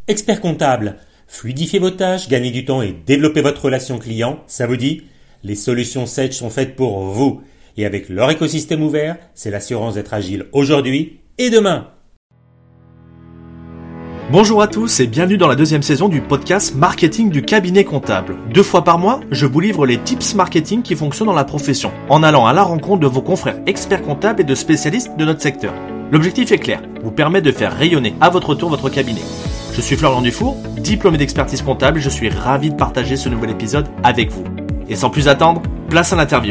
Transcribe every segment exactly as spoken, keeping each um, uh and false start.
Expert comptable, fluidifiez vos tâches, gagnez du temps et développez votre relation client, ça vous dit? Les solutions Sage sont faites pour vous. Et avec leur écosystème ouvert, c'est l'assurance d'être agile aujourd'hui et demain. Bonjour à tous et bienvenue dans la deuxième saison du podcast Marketing du cabinet comptable. Deux fois par mois, je vous livre les tips marketing qui fonctionnent dans la profession, en allant à la rencontre de vos confrères experts comptables et de spécialistes de notre secteur. L'objectif est clair, vous permettre de faire rayonner à votre tour votre cabinet. Je suis Florian Dufour, diplômé d'expertise comptable et je suis ravi de partager ce nouvel épisode avec vous. Et sans plus attendre, place à l'interview.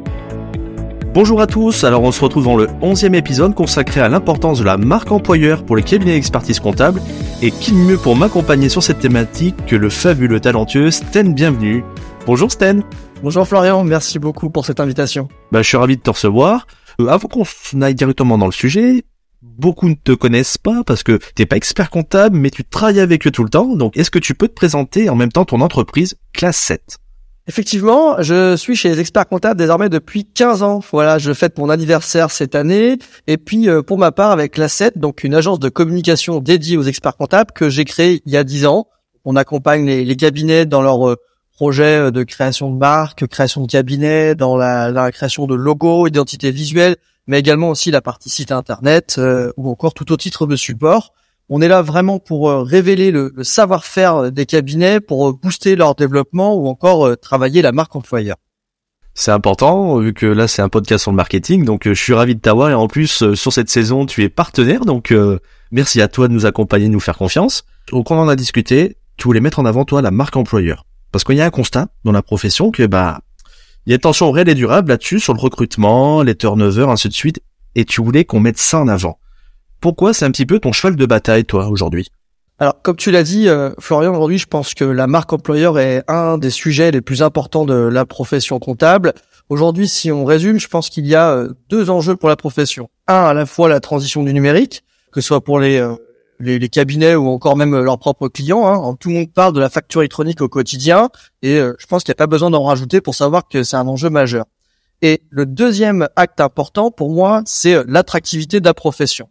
Bonjour à tous, alors on se retrouve dans le onzième épisode consacré à l'importance de la marque employeur pour les cabinets d'expertise comptable. Et qui de mieux pour m'accompagner sur cette thématique que le fabuleux talentueux Sten Bienvenu. Bonjour Sten. Bonjour Florian, merci beaucoup pour cette invitation. Bah, je suis ravi de te recevoir. Euh, avant qu'on aille directement dans le sujet, beaucoup ne te connaissent pas parce que t'es pas expert comptable, mais tu travailles avec eux tout le temps. Donc, est-ce que tu peux te présenter en même temps ton entreprise Classe sept? Effectivement, je suis chez les experts comptables désormais depuis quinze ans. Voilà, je fête mon anniversaire cette année. Et puis, euh, pour ma part, avec Classe sept, donc une agence de communication dédiée aux experts comptables que j'ai créée il y a dix ans. On accompagne les, les cabinets dans leurs euh, projets de création de marque, création de cabinet, dans la, dans la création de logos, identité visuelle, mais également aussi la partie site internet euh, ou encore tout autre titre de support. On est là vraiment pour euh, révéler le, le savoir-faire des cabinets, pour euh, booster leur développement ou encore euh, travailler la marque employeur. C'est important, vu que là c'est un podcast sur le marketing, donc euh, je suis ravi de t'avoir et en plus euh, sur cette saison tu es partenaire, donc euh, merci à toi de nous accompagner, de nous faire confiance. Donc on en a discuté, tu voulais mettre en avant toi la marque employeur, parce qu'il y a un constat dans la profession que bah il y a une tension réelle et durable là-dessus sur le recrutement, les turnovers, ainsi de suite, et tu voulais qu'on mette ça en avant. Pourquoi c'est un petit peu ton cheval de bataille, toi, aujourd'hui? Alors, comme tu l'as dit, euh, Florian, aujourd'hui, je pense que la marque employeur est un des sujets les plus importants de la profession comptable. Aujourd'hui, si on résume, je pense qu'il y a euh, deux enjeux pour la profession. Un, à la fois la transition du numérique, que ce soit pour les, euh, les, les cabinets ou encore même leurs propres clients. Hein. Tout le monde parle de la facture électronique au quotidien et euh, je pense qu'il n'y a pas besoin d'en rajouter pour savoir que c'est un enjeu majeur. Et le deuxième acte important pour moi, c'est euh, l'attractivité de la profession.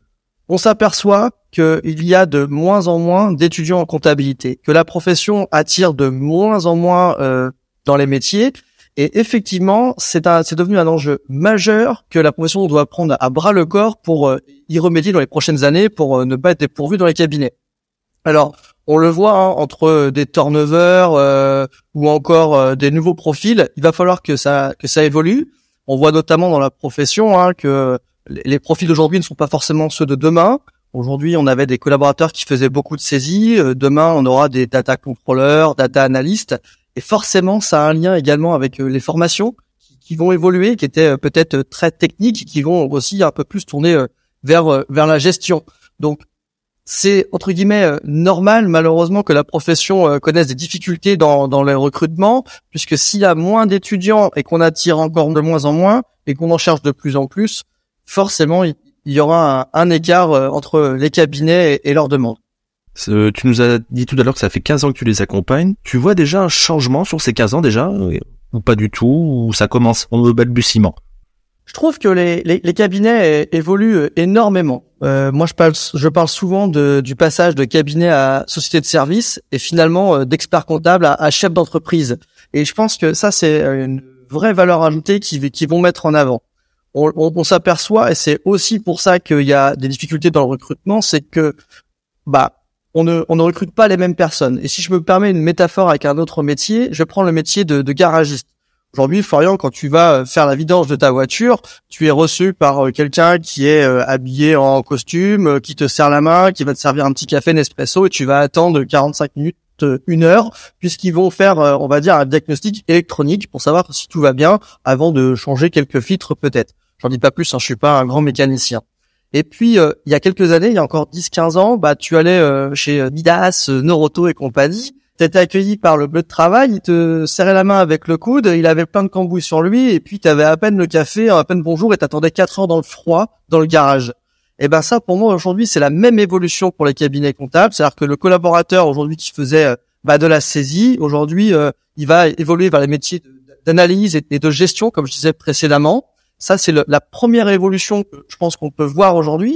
On s'aperçoit qu'il y a de moins en moins d'étudiants en comptabilité, que la profession attire de moins en moins euh, dans les métiers, et effectivement, c'est, un, c'est devenu un enjeu majeur que la profession doit prendre à bras le corps pour euh, y remédier dans les prochaines années, pour euh, ne pas être dépourvu dans les cabinets. Alors, on le voit hein, entre des turnovers euh, ou encore euh, des nouveaux profils, il va falloir que ça que ça évolue. On voit notamment dans la profession hein, que les profils d'aujourd'hui ne sont pas forcément ceux de demain. Aujourd'hui, on avait des collaborateurs qui faisaient beaucoup de saisies. Demain, on aura des data controllers, data analystes. Et forcément, ça a un lien également avec les formations qui vont évoluer, qui étaient peut-être très techniques, qui vont aussi un peu plus tourner vers vers la gestion. Donc, c'est entre guillemets normal, malheureusement, que la profession connaisse des difficultés dans dans le recrutement, puisque s'il y a moins d'étudiants et qu'on attire encore de moins en moins et qu'on en cherche de plus en plus, forcément, il y aura un, un écart entre les cabinets et, et leurs demandes. Euh, tu nous as dit tout à l'heure que ça fait quinze ans que tu les accompagnes. Tu vois déjà un changement sur ces quinze ans déjà, ou pas du tout, ou ça commence en balbutiement? Je trouve que les, les, les cabinets évoluent énormément. Euh, moi, je parle, je parle souvent de, du passage de cabinet à société de service et finalement euh, d'expert comptable à, à chef d'entreprise. Et je pense que ça, c'est une vraie valeur ajoutée qu'ils qui vont mettre en avant. On, on, on s'aperçoit, et c'est aussi pour ça qu'il y a des difficultés dans le recrutement, c'est que bah on ne on ne recrute pas les mêmes personnes. Et si je me permets une métaphore avec un autre métier, je prends le métier de, de garagiste. Aujourd'hui, Florian, quand tu vas faire la vidange de ta voiture, tu es reçu par quelqu'un qui est habillé en costume, qui te serre la main, qui va te servir un petit café Nespresso et tu vas attendre quarante-cinq minutes, une heure, puisqu'ils vont faire, on va dire, un diagnostic électronique pour savoir si tout va bien avant de changer quelques filtres peut-être. J'en dis pas plus, hein, je suis pas un grand mécanicien. Et puis, euh, il y a quelques années, il y a encore dix quinze ans, bah tu allais euh, chez Midas, euh, Noroto et compagnie, t'étais accueilli par le bleu de travail, il te serrait la main avec le coude, il avait plein de cambouis sur lui, et puis t'avais à peine le café, à peine bonjour, et t'attendais quatre heures dans le froid, dans le garage. Et ben ça, pour moi, aujourd'hui, c'est la même évolution pour les cabinets comptables, c'est-à-dire que le collaborateur, aujourd'hui, qui faisait euh, bah, de la saisie, aujourd'hui, euh, il va évoluer vers les métiers d'analyse et de gestion, comme je disais précédemment. Ça, c'est le, la première évolution que je pense qu'on peut voir aujourd'hui.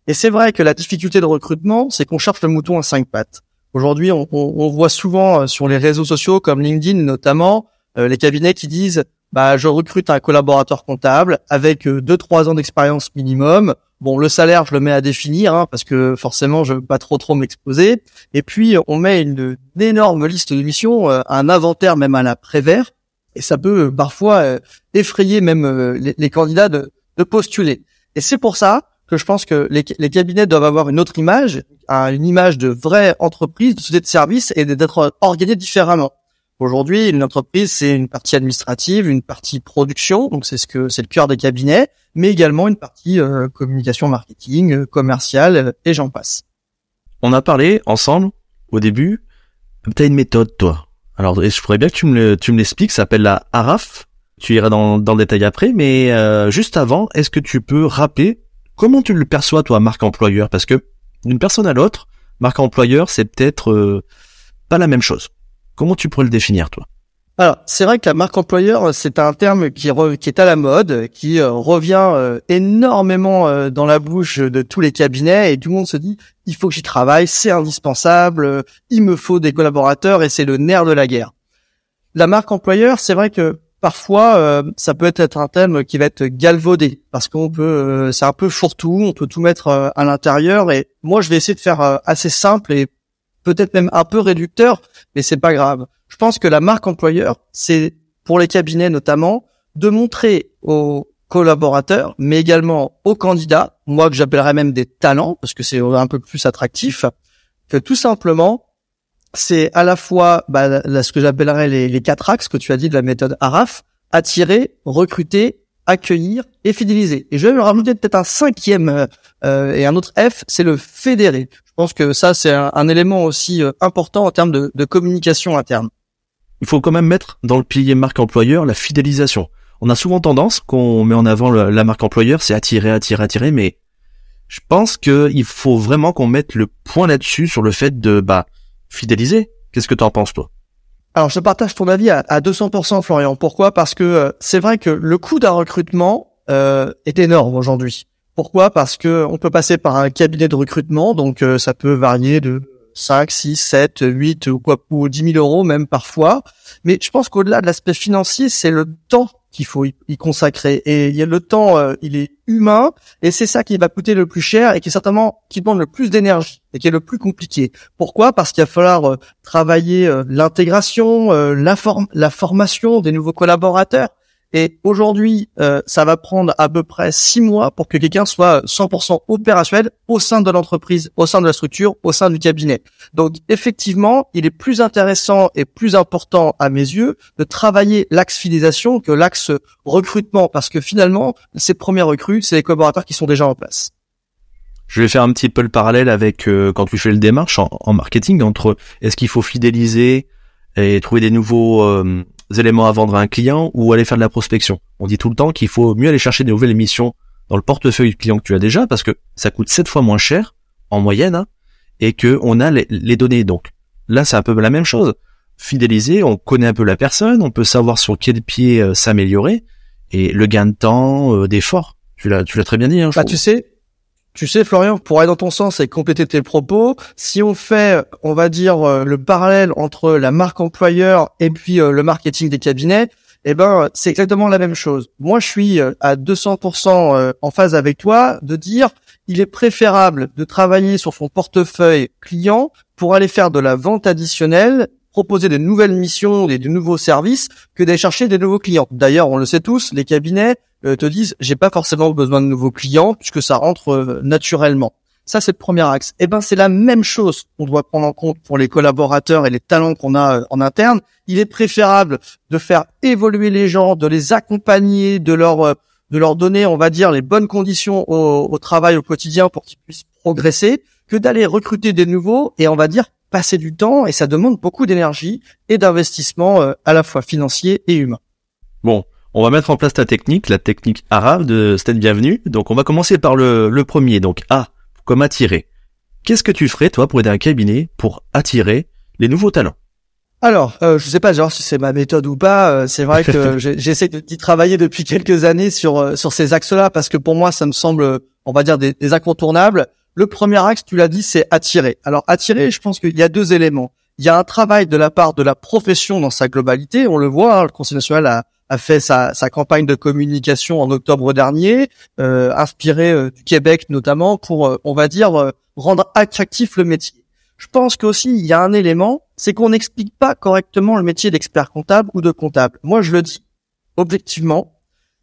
Et c'est vrai que la difficulté de recrutement, c'est qu'on cherche le mouton à cinq pattes. Aujourd'hui, on, on, on voit souvent sur les réseaux sociaux, comme LinkedIn notamment, euh, les cabinets qui disent bah je recrute un collaborateur comptable avec euh, deux trois ans d'expérience minimum. Bon, le salaire, je le mets à définir hein, parce que forcément, je veux pas trop trop m'exposer. Et puis, on met une, une énorme liste de missions, euh, un inventaire même à la Prévert, et ça peut euh, parfois euh, effrayer même euh, les, les candidats de, de postuler. Et c'est pour ça que je pense que les, les cabinets doivent avoir une autre image, une image de vraie entreprise, de société de service et d'être organisés différemment. Aujourd'hui, une entreprise, c'est une partie administrative, une partie production, donc c'est ce que c'est le cœur des cabinets, mais également une partie euh, communication, marketing, euh, commercial, euh, et j'en passe. On a parlé ensemble au début. T'as une méthode, toi. Alors, je voudrais bien que tu me le, tu me l'expliques. Ça s'appelle la A R A F. Tu iras dans, dans le détail après, mais euh, juste avant, est-ce que tu peux rappeler comment tu le perçois, toi, marque employeur? Parce que d'une personne à l'autre, marque employeur, c'est peut-être euh, pas la même chose. Comment tu pourrais le définir, toi? Alors, c'est vrai que la marque employeur, c'est un terme qui, re, qui est à la mode, qui euh, revient euh, énormément euh, dans la bouche de tous les cabinets et tout le monde se dit « il faut que j'y travaille, c'est indispensable, euh, il me faut des collaborateurs et c'est le nerf de la guerre ». La marque employeur, c'est vrai que parfois, euh, ça peut être un thème qui va être galvaudé parce qu'on peut, euh, c'est un peu fourre-tout, on peut tout mettre euh, à l'intérieur et moi, je vais essayer de faire euh, assez simple et peut-être même un peu réducteur, mais c'est pas grave. Je pense que la marque employeur, c'est pour les cabinets notamment, de montrer aux collaborateurs, mais également aux candidats, moi que j'appellerais même des talents, parce que c'est un peu plus attractif, que tout simplement, c'est à la fois bah, là, ce que j'appellerais les, les quatre axes que tu as dit de la méthode A R A F, attirer, recruter, accueillir et fidéliser. Et je vais me rajouter peut-être un cinquième euh, et un autre F, c'est le fédérer. Je pense que ça, c'est un, un élément aussi euh, important en termes de, de communication interne. Il faut quand même mettre dans le pilier marque employeur la fidélisation. On a souvent tendance, qu'on met en avant le, la marque employeur, c'est attirer, attirer, attirer, mais je pense qu'il faut vraiment qu'on mette le point là-dessus sur le fait de bah fidéliser. Qu'est-ce que tu en penses, toi? Alors, je partage ton avis à, à deux cents pour cent, Florian. Pourquoi? Parce que euh, c'est vrai que le coût d'un recrutement euh, est énorme aujourd'hui. Pourquoi? Parce que on peut passer par un cabinet de recrutement, donc euh, ça peut varier de cinq, six, sept, huit ou quoi, ou dix mille euros même parfois. Mais je pense qu'au-delà de l'aspect financier, c'est le temps qu'il faut y, y consacrer. Et il y a le temps, euh, il est humain, et c'est ça qui va coûter le plus cher et qui est certainement qui demande le plus d'énergie et qui est le plus compliqué. Pourquoi? Parce qu'il va falloir euh, travailler euh, l'intégration, euh, la, form- la formation des nouveaux collaborateurs. Et aujourd'hui, euh, ça va prendre à peu près six mois pour que quelqu'un soit cent pour cent opérationnel au sein de l'entreprise, au sein de la structure, au sein du cabinet. Donc, effectivement, il est plus intéressant et plus important à mes yeux de travailler l'axe fidélisation que l'axe recrutement, parce que finalement, ces premiers recrues, c'est les collaborateurs qui sont déjà en place. Je vais faire un petit peu le parallèle avec euh, quand tu fais le démarche en, en marketing entre est-ce qu'il faut fidéliser et trouver des nouveaux euh, éléments à vendre à un client ou aller faire de la prospection. On dit tout le temps qu'il faut mieux aller chercher des nouvelles émissions dans le portefeuille client que tu as déjà parce que ça coûte sept fois moins cher en moyenne hein, et que on a les, les données. Donc là, c'est un peu la même chose. Fidéliser, on connaît un peu la personne, on peut savoir sur quel pied euh, s'améliorer et le gain de temps, euh, d'effort. Tu l'as, tu l'as très bien dit. Hein, bah, tu sais. Tu sais, Florian, pour aller dans ton sens et compléter tes propos, si on fait, on va dire, euh, le parallèle entre la marque employeur et puis euh, le marketing des cabinets, eh ben, c'est exactement la même chose. Moi, je suis euh, à deux cents pour cent euh, en phase avec toi de dire il est préférable de travailler sur son portefeuille client pour aller faire de la vente additionnelle, proposer de nouvelles missions et de nouveaux services que d'aller chercher des nouveaux clients. D'ailleurs, on le sait tous, les cabinets euh, te disent j'ai pas forcément besoin de nouveaux clients puisque ça rentre euh, naturellement. Ça, c'est le premier axe. Eh ben, c'est la même chose qu'on doit prendre en compte pour les collaborateurs et les talents qu'on a euh, en interne. Il est préférable de faire évoluer les gens, de les accompagner, de leur euh, de leur donner, on va dire, les bonnes conditions au, au travail au quotidien pour qu'ils puissent progresser, que d'aller recruter des nouveaux et on va dire passer du temps, et ça demande beaucoup d'énergie et d'investissement euh, à la fois financier et humain. Bon, on va mettre en place ta technique, la technique arabe de Stade Bienvenue. Donc on va commencer par le, le premier, donc A, comme attirer. Qu'est-ce que tu ferais, toi, pour aider un cabinet pour attirer les nouveaux talents? Alors, euh, je sais pas genre si c'est ma méthode ou pas. Euh, c'est vrai que j'essaie d'y travailler depuis quelques années sur euh, sur ces axes-là parce que pour moi, ça me semble, on va dire, des, des incontournables. Le premier axe, tu l'as dit, c'est attirer. Alors attirer, je pense qu'il y a deux éléments. Il y a un travail de la part de la profession dans sa globalité. On le voit, hein, le Conseil national a, a fait sa, sa campagne de communication en octobre dernier, euh, inspiré euh, du Québec notamment, pour, euh, on va dire, euh, rendre attractif le métier. Je pense qu'aussi, il y a un élément, c'est qu'on n'explique pas correctement le métier d'expert comptable ou de comptable. Moi, je le dis objectivement,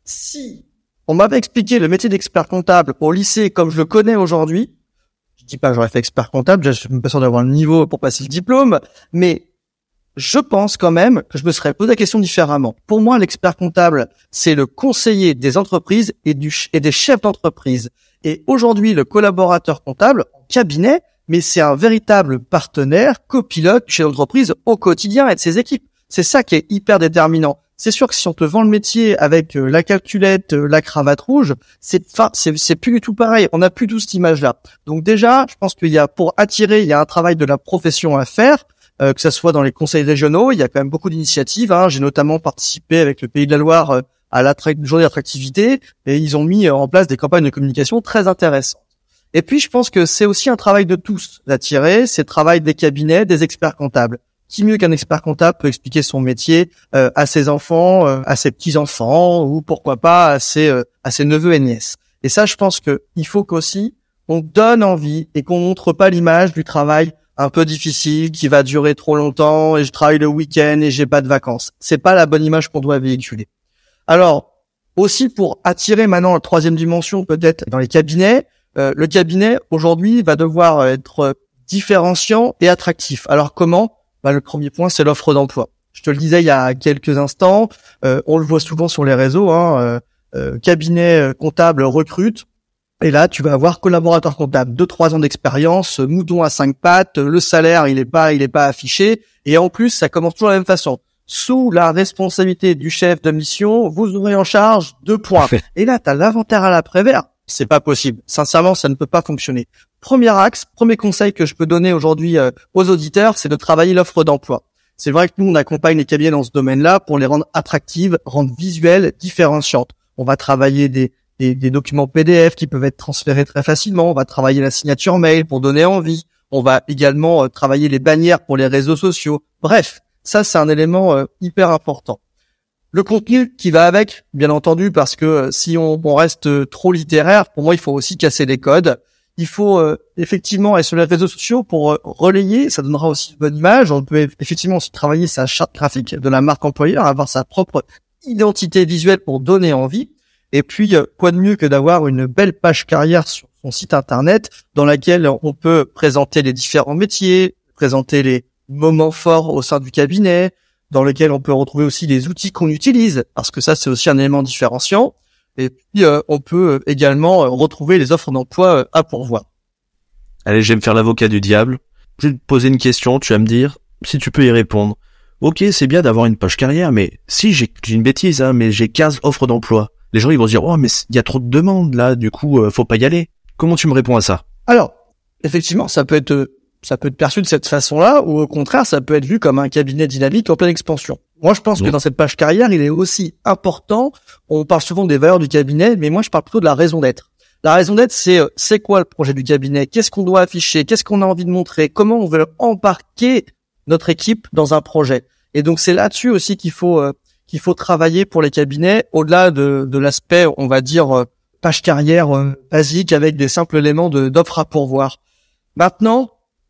si on m'avait expliqué le métier d'expert comptable au lycée comme je le connais aujourd'hui, je dis pas que j'aurais fait expert comptable, je suis même pas sûr d'avoir le niveau pour passer le diplôme, mais je pense quand même que je me serais posé la question différemment. Pour moi, l'expert comptable, c'est le conseiller des entreprises et, du, et des chefs d'entreprise. Et aujourd'hui, le collaborateur comptable en cabinet, mais c'est un véritable partenaire, copilote chez l'entreprise au quotidien et de ses équipes. C'est ça qui est hyper déterminant. C'est sûr que si on te vend le métier avec euh, la calculette, euh, la cravate rouge, c'est, c'est c'est plus du tout pareil. On n'a plus tout cette image-là. Donc déjà, je pense qu'il y a, pour attirer, il y a un travail de la profession à faire, euh, que ça soit dans les conseils régionaux. Il y a quand même beaucoup d'initiatives. Hein. J'ai notamment participé avec le Pays de la Loire euh, à la journée d'attractivité, et ils ont mis en place des campagnes de communication très intéressantes. Et puis, je pense que c'est aussi un travail de tous d'attirer. C'est le travail des cabinets, des experts comptables. Qui mieux qu'un expert comptable peut expliquer son métier euh, à ses enfants, euh, à ses petits-enfants, ou pourquoi pas à ses, euh, à ses neveux et nièces. Et ça, je pense que il faut qu'aussi on donne envie et qu'on montre pas l'image du travail un peu difficile qui va durer trop longtemps et je travaille le week-end et j'ai pas de vacances. C'est pas la bonne image qu'on doit véhiculer. Alors, aussi pour attirer maintenant la troisième dimension peut-être dans les cabinets, euh, le cabinet aujourd'hui va devoir être différenciant et attractif. Alors comment ? Bah, le premier point, c'est l'offre d'emploi. Je te le disais il y a quelques instants, euh, on le voit souvent sur les réseaux, hein, euh, euh, cabinet comptable recrute, et là, tu vas avoir collaborateur comptable, deux, trois ans d'expérience, mouton à cinq pattes, le salaire, il est pas, il est pas affiché, et en plus, ça commence toujours de la même façon. Sous la responsabilité du chef de mission, vous aurez en charge deux points. Parfait. Et là, t'as l'inventaire à l'après-vert. C'est pas possible. Sincèrement, ça ne peut pas fonctionner. Premier axe, premier conseil que je peux donner aujourd'hui euh, aux auditeurs, c'est de travailler l'offre d'emploi. C'est vrai que nous, on accompagne les cabinets dans ce domaine-là pour les rendre attractives, rendre visuelles, différenciantes. On va travailler des, des, des documents P D F qui peuvent être transférés très facilement. On va travailler la signature mail pour donner envie. On va également euh, travailler les bannières pour les réseaux sociaux. Bref, ça, c'est un élément euh, hyper important. Le contenu qui va avec, bien entendu, parce que euh, si on, on reste euh, trop littéraire, pour moi, il faut aussi casser les codes. Il faut euh, effectivement être sur les réseaux sociaux pour euh, relayer, ça donnera aussi une bonne image. On peut effectivement aussi travailler sa charte graphique de la marque employeur, avoir sa propre identité visuelle pour donner envie. Et puis, euh, quoi de mieux que d'avoir une belle page carrière sur son site internet dans laquelle on peut présenter les différents métiers, présenter les moments forts au sein du cabinet, dans lequel on peut retrouver aussi les outils qu'on utilise, parce que ça, c'est aussi un élément différenciant. Et puis, euh, on peut également euh, retrouver les offres d'emploi euh, à pourvoir. Allez, je vais me faire l'avocat du diable. Je vais te poser une question, tu vas me dire si tu peux y répondre. Ok, c'est bien d'avoir une page carrière, mais si j'ai, j'ai une bêtise, hein, mais j'ai quinze offres d'emploi. Les gens, ils vont se dire, oh, mais il y a trop de demandes, là, du coup, euh, faut pas y aller. Comment tu me réponds à ça? Alors, effectivement, ça peut être, ça peut être perçu de cette façon-là, ou au contraire, ça peut être vu comme un cabinet dynamique en pleine expansion. Moi, je pense mmh. que dans cette page carrière, il est aussi important, on parle souvent des valeurs du cabinet, mais moi, je parle plutôt de la raison d'être. La raison d'être, c'est, c'est quoi le projet du cabinet? Qu'est-ce qu'on doit afficher? Qu'est-ce qu'on a envie de montrer? Comment on veut embarquer notre équipe dans un projet? Et donc, c'est là-dessus aussi qu'il faut, euh, qu'il faut travailler pour les cabinets, au-delà de, de l'aspect, on va dire, euh, page carrière euh, basique avec des simples éléments de, d'offres à pourvoir. Maintenant,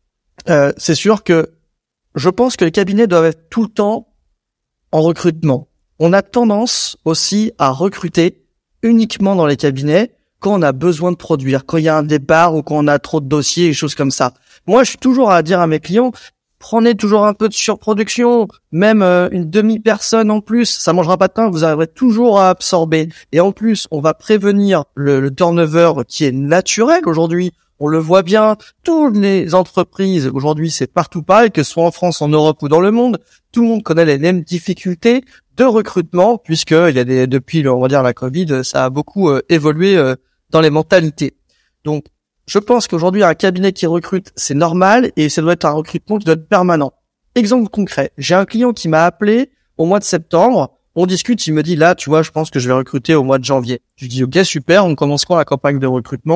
euh, c'est sûr que je pense que les cabinets doivent être tout le temps en recrutement. On a tendance aussi à recruter uniquement dans les cabinets quand on a besoin de produire, quand il y a un départ ou quand on a trop de dossiers et choses comme ça. Moi, je suis toujours à dire à mes clients, prenez toujours un peu de surproduction, même euh, une demi-personne en plus, ça mangera pas de pain, vous arriverez toujours à absorber. Et en plus, on va prévenir le, le turnover qui est naturel aujourd'hui. On le voit bien, toutes les entreprises, aujourd'hui c'est partout pareil, que ce soit en France, en Europe ou dans le monde, tout le monde connaît les mêmes difficultés de recrutement, puisque il y a des, depuis, on va dire, la Covid, ça a beaucoup euh, évolué euh, dans les mentalités. Donc, je pense qu'aujourd'hui, un cabinet qui recrute, c'est normal, et ça doit être un recrutement qui doit être permanent. Exemple concret, j'ai un client qui m'a appelé au mois de septembre, on discute, il me dit, là, tu vois, je pense que je vais recruter au mois de janvier. Je dis, ok, super, on commence quand la campagne de recrutement?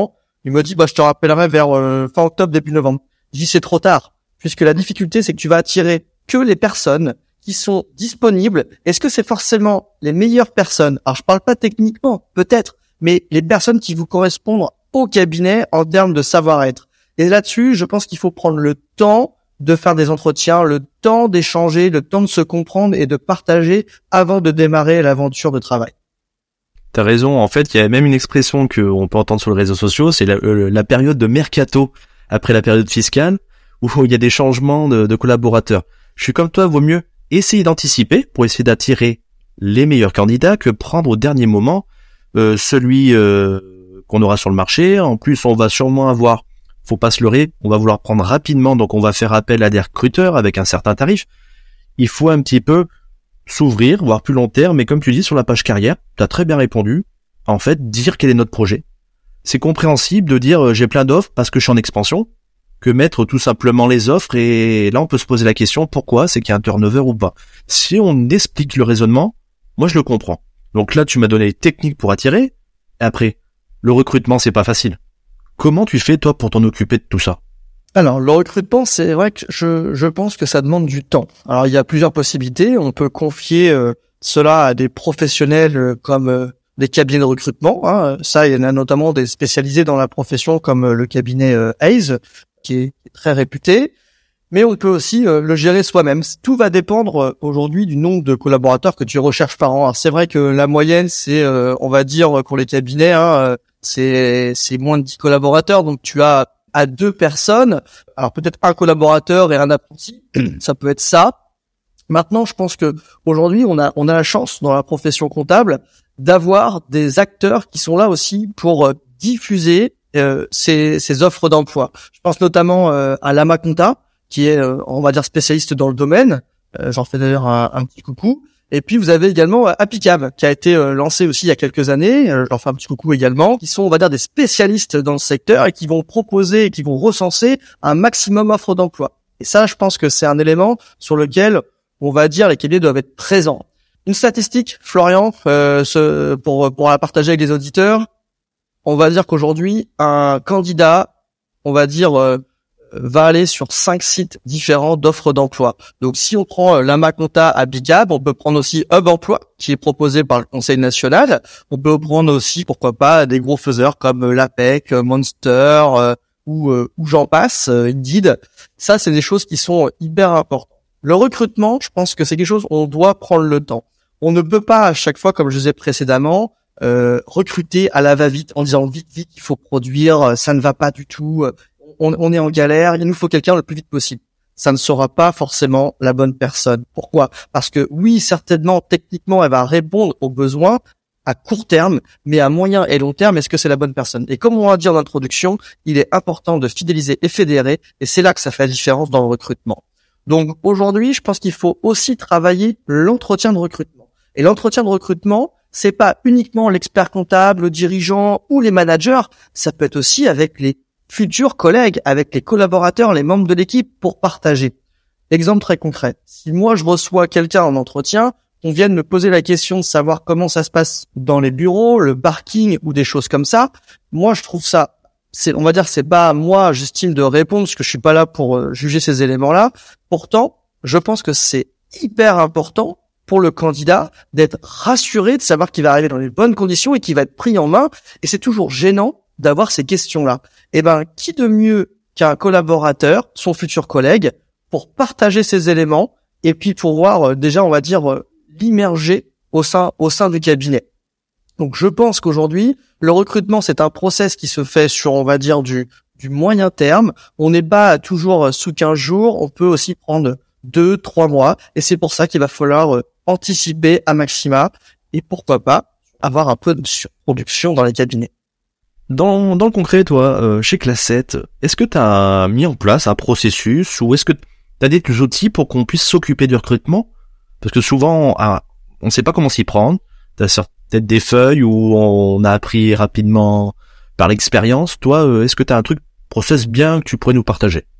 Il me dit, bah, je te rappellerai vers euh, fin octobre, début novembre. Je dis, c'est trop tard, puisque la difficulté, c'est que tu vas attirer que les personnes qui sont disponibles. Est-ce que c'est forcément les meilleures personnes? Alors, je parle pas techniquement, peut-être, mais les personnes qui vous correspondent au cabinet en termes de savoir-être. Et là-dessus, je pense qu'il faut prendre le temps de faire des entretiens, le temps d'échanger, le temps de se comprendre et de partager avant de démarrer l'aventure de travail. T'as raison. En fait, il y a même une expression qu'on peut entendre sur les réseaux sociaux, c'est la, euh, la période de mercato après la période fiscale, où il y a des changements de, de collaborateurs. Je suis comme toi, vaut mieux essayer d'anticiper pour essayer d'attirer les meilleurs candidats que prendre au dernier moment euh, celui euh, qu'on aura sur le marché. En plus, on va sûrement avoir, faut pas se leurrer, on va vouloir prendre rapidement, donc on va faire appel à des recruteurs avec un certain tarif. Il faut un petit peu s'ouvrir, voire plus long terme, mais comme tu dis sur la page carrière, tu as très bien répondu, en fait, dire quel est notre projet. C'est compréhensible de dire euh, j'ai plein d'offres parce que je suis en expansion, que mettre tout simplement les offres, et là on peut se poser la question pourquoi, c'est qu'il y a un turnover ou pas. Si on explique le raisonnement, moi je le comprends. Donc là tu m'as donné les techniques pour attirer, et après, le recrutement c'est pas facile. Comment tu fais toi pour t'en occuper de tout ça? Alors, le recrutement, c'est vrai que je, je pense que ça demande du temps. Alors, il y a plusieurs possibilités. On peut confier euh, cela à des professionnels euh, comme euh, des cabinets de recrutement. Hein. Ça, il y en a notamment des spécialisés dans la profession comme euh, le cabinet euh, Hayes, qui est, qui est très réputé. Mais on peut aussi euh, le gérer soi-même. Tout va dépendre euh, aujourd'hui du nombre de collaborateurs que tu recherches par an. Alors, c'est vrai que la moyenne, c'est, euh, on va dire, pour les cabinets, hein, euh, c'est, c'est moins de dix collaborateurs. Donc, tu as à deux personnes, alors peut-être un collaborateur et un apprenti, ça peut être ça. Maintenant, je pense que aujourd'hui, on a on a la chance dans la profession comptable d'avoir des acteurs qui sont là aussi pour euh, diffuser euh, ces ces offres d'emploi. Je pense notamment euh, à Lama Compta, qui est euh, on va dire spécialiste dans le domaine. Euh, j'en fais d'ailleurs un, un petit coucou. Et puis vous avez également euh, Appicab, qui a été euh, lancé aussi il y a quelques années, euh, j'en fais un petit coucou également, qui sont on va dire des spécialistes dans le secteur et qui vont proposer et qui vont recenser un maximum d'offres d'emploi. Et ça, je pense que c'est un élément sur lequel on va dire les cabinets doivent être présents. Une statistique, Florian, euh, ce, pour pour la partager avec les auditeurs, on va dire qu'aujourd'hui un candidat, on va dire euh, va aller sur cinq sites différents d'offres d'emploi. Donc, si on prend Lama Compta à Bicab, on peut prendre aussi Hub Emploi, qui est proposé par le Conseil national. On peut prendre aussi, pourquoi pas, des gros faiseurs comme l'APEC, Monster, euh, ou, euh, ou j'en passe, euh, Indeed. Ça, c'est des choses qui sont hyper importantes. Le recrutement, je pense que c'est quelque chose où on doit prendre le temps. On ne peut pas, à chaque fois, comme je disais précédemment, euh, recruter à la va-vite en disant vite, vite, il faut produire, ça ne va pas du tout. On, on est en galère, il nous faut quelqu'un le plus vite possible. Ça ne sera pas forcément la bonne personne. Pourquoi? Parce que oui, certainement, techniquement, elle va répondre aux besoins à court terme, mais à moyen et long terme, est-ce que c'est la bonne personne? Et comme on l'a dit en introduction, il est important de fidéliser et fédérer, et c'est là que ça fait la différence dans le recrutement. Donc aujourd'hui, je pense qu'il faut aussi travailler l'entretien de recrutement. Et l'entretien de recrutement, c'est pas uniquement l'expert comptable, le dirigeant ou les managers, ça peut être aussi avec les futurs collègues, avec les collaborateurs, les membres de l'équipe pour partager. Exemple très concret. Si moi je reçois quelqu'un en entretien, on vient de me poser la question de savoir comment ça se passe dans les bureaux, le parking ou des choses comme ça, moi je trouve ça, c'est, on va dire, c'est pas à moi, j'estime, de répondre parce que je suis pas là pour euh, juger ces éléments-là. Pourtant, je pense que c'est hyper important pour le candidat d'être rassuré, de savoir qu'il va arriver dans les bonnes conditions et qu'il va être pris en main. Et c'est toujours gênant d'avoir ces questions-là. Eh ben, qui de mieux qu'un collaborateur, son futur collègue, pour partager ces éléments et puis pour voir euh, déjà, on va dire, euh, l'immerger au sein au sein du cabinet. Donc, je pense qu'aujourd'hui, le recrutement, c'est un process qui se fait sur, on va dire, du du moyen terme. On n'est pas toujours sous quinze jours. On peut aussi prendre deux, trois mois. Et c'est pour ça qu'il va falloir euh, anticiper à maxima et pourquoi pas avoir un peu de surproduction dans les cabinets. Dans, dans le concret, toi, euh, chez Class sept, est-ce que tu as mis en place un processus ou est-ce que tu as des outils pour qu'on puisse s'occuper du recrutement? Parce que souvent, ah, on ne sait pas comment s'y prendre. Tu as peut-être des feuilles où on a appris rapidement par l'expérience. Toi, euh, est-ce que tu as un truc, process bien que tu pourrais nous partager?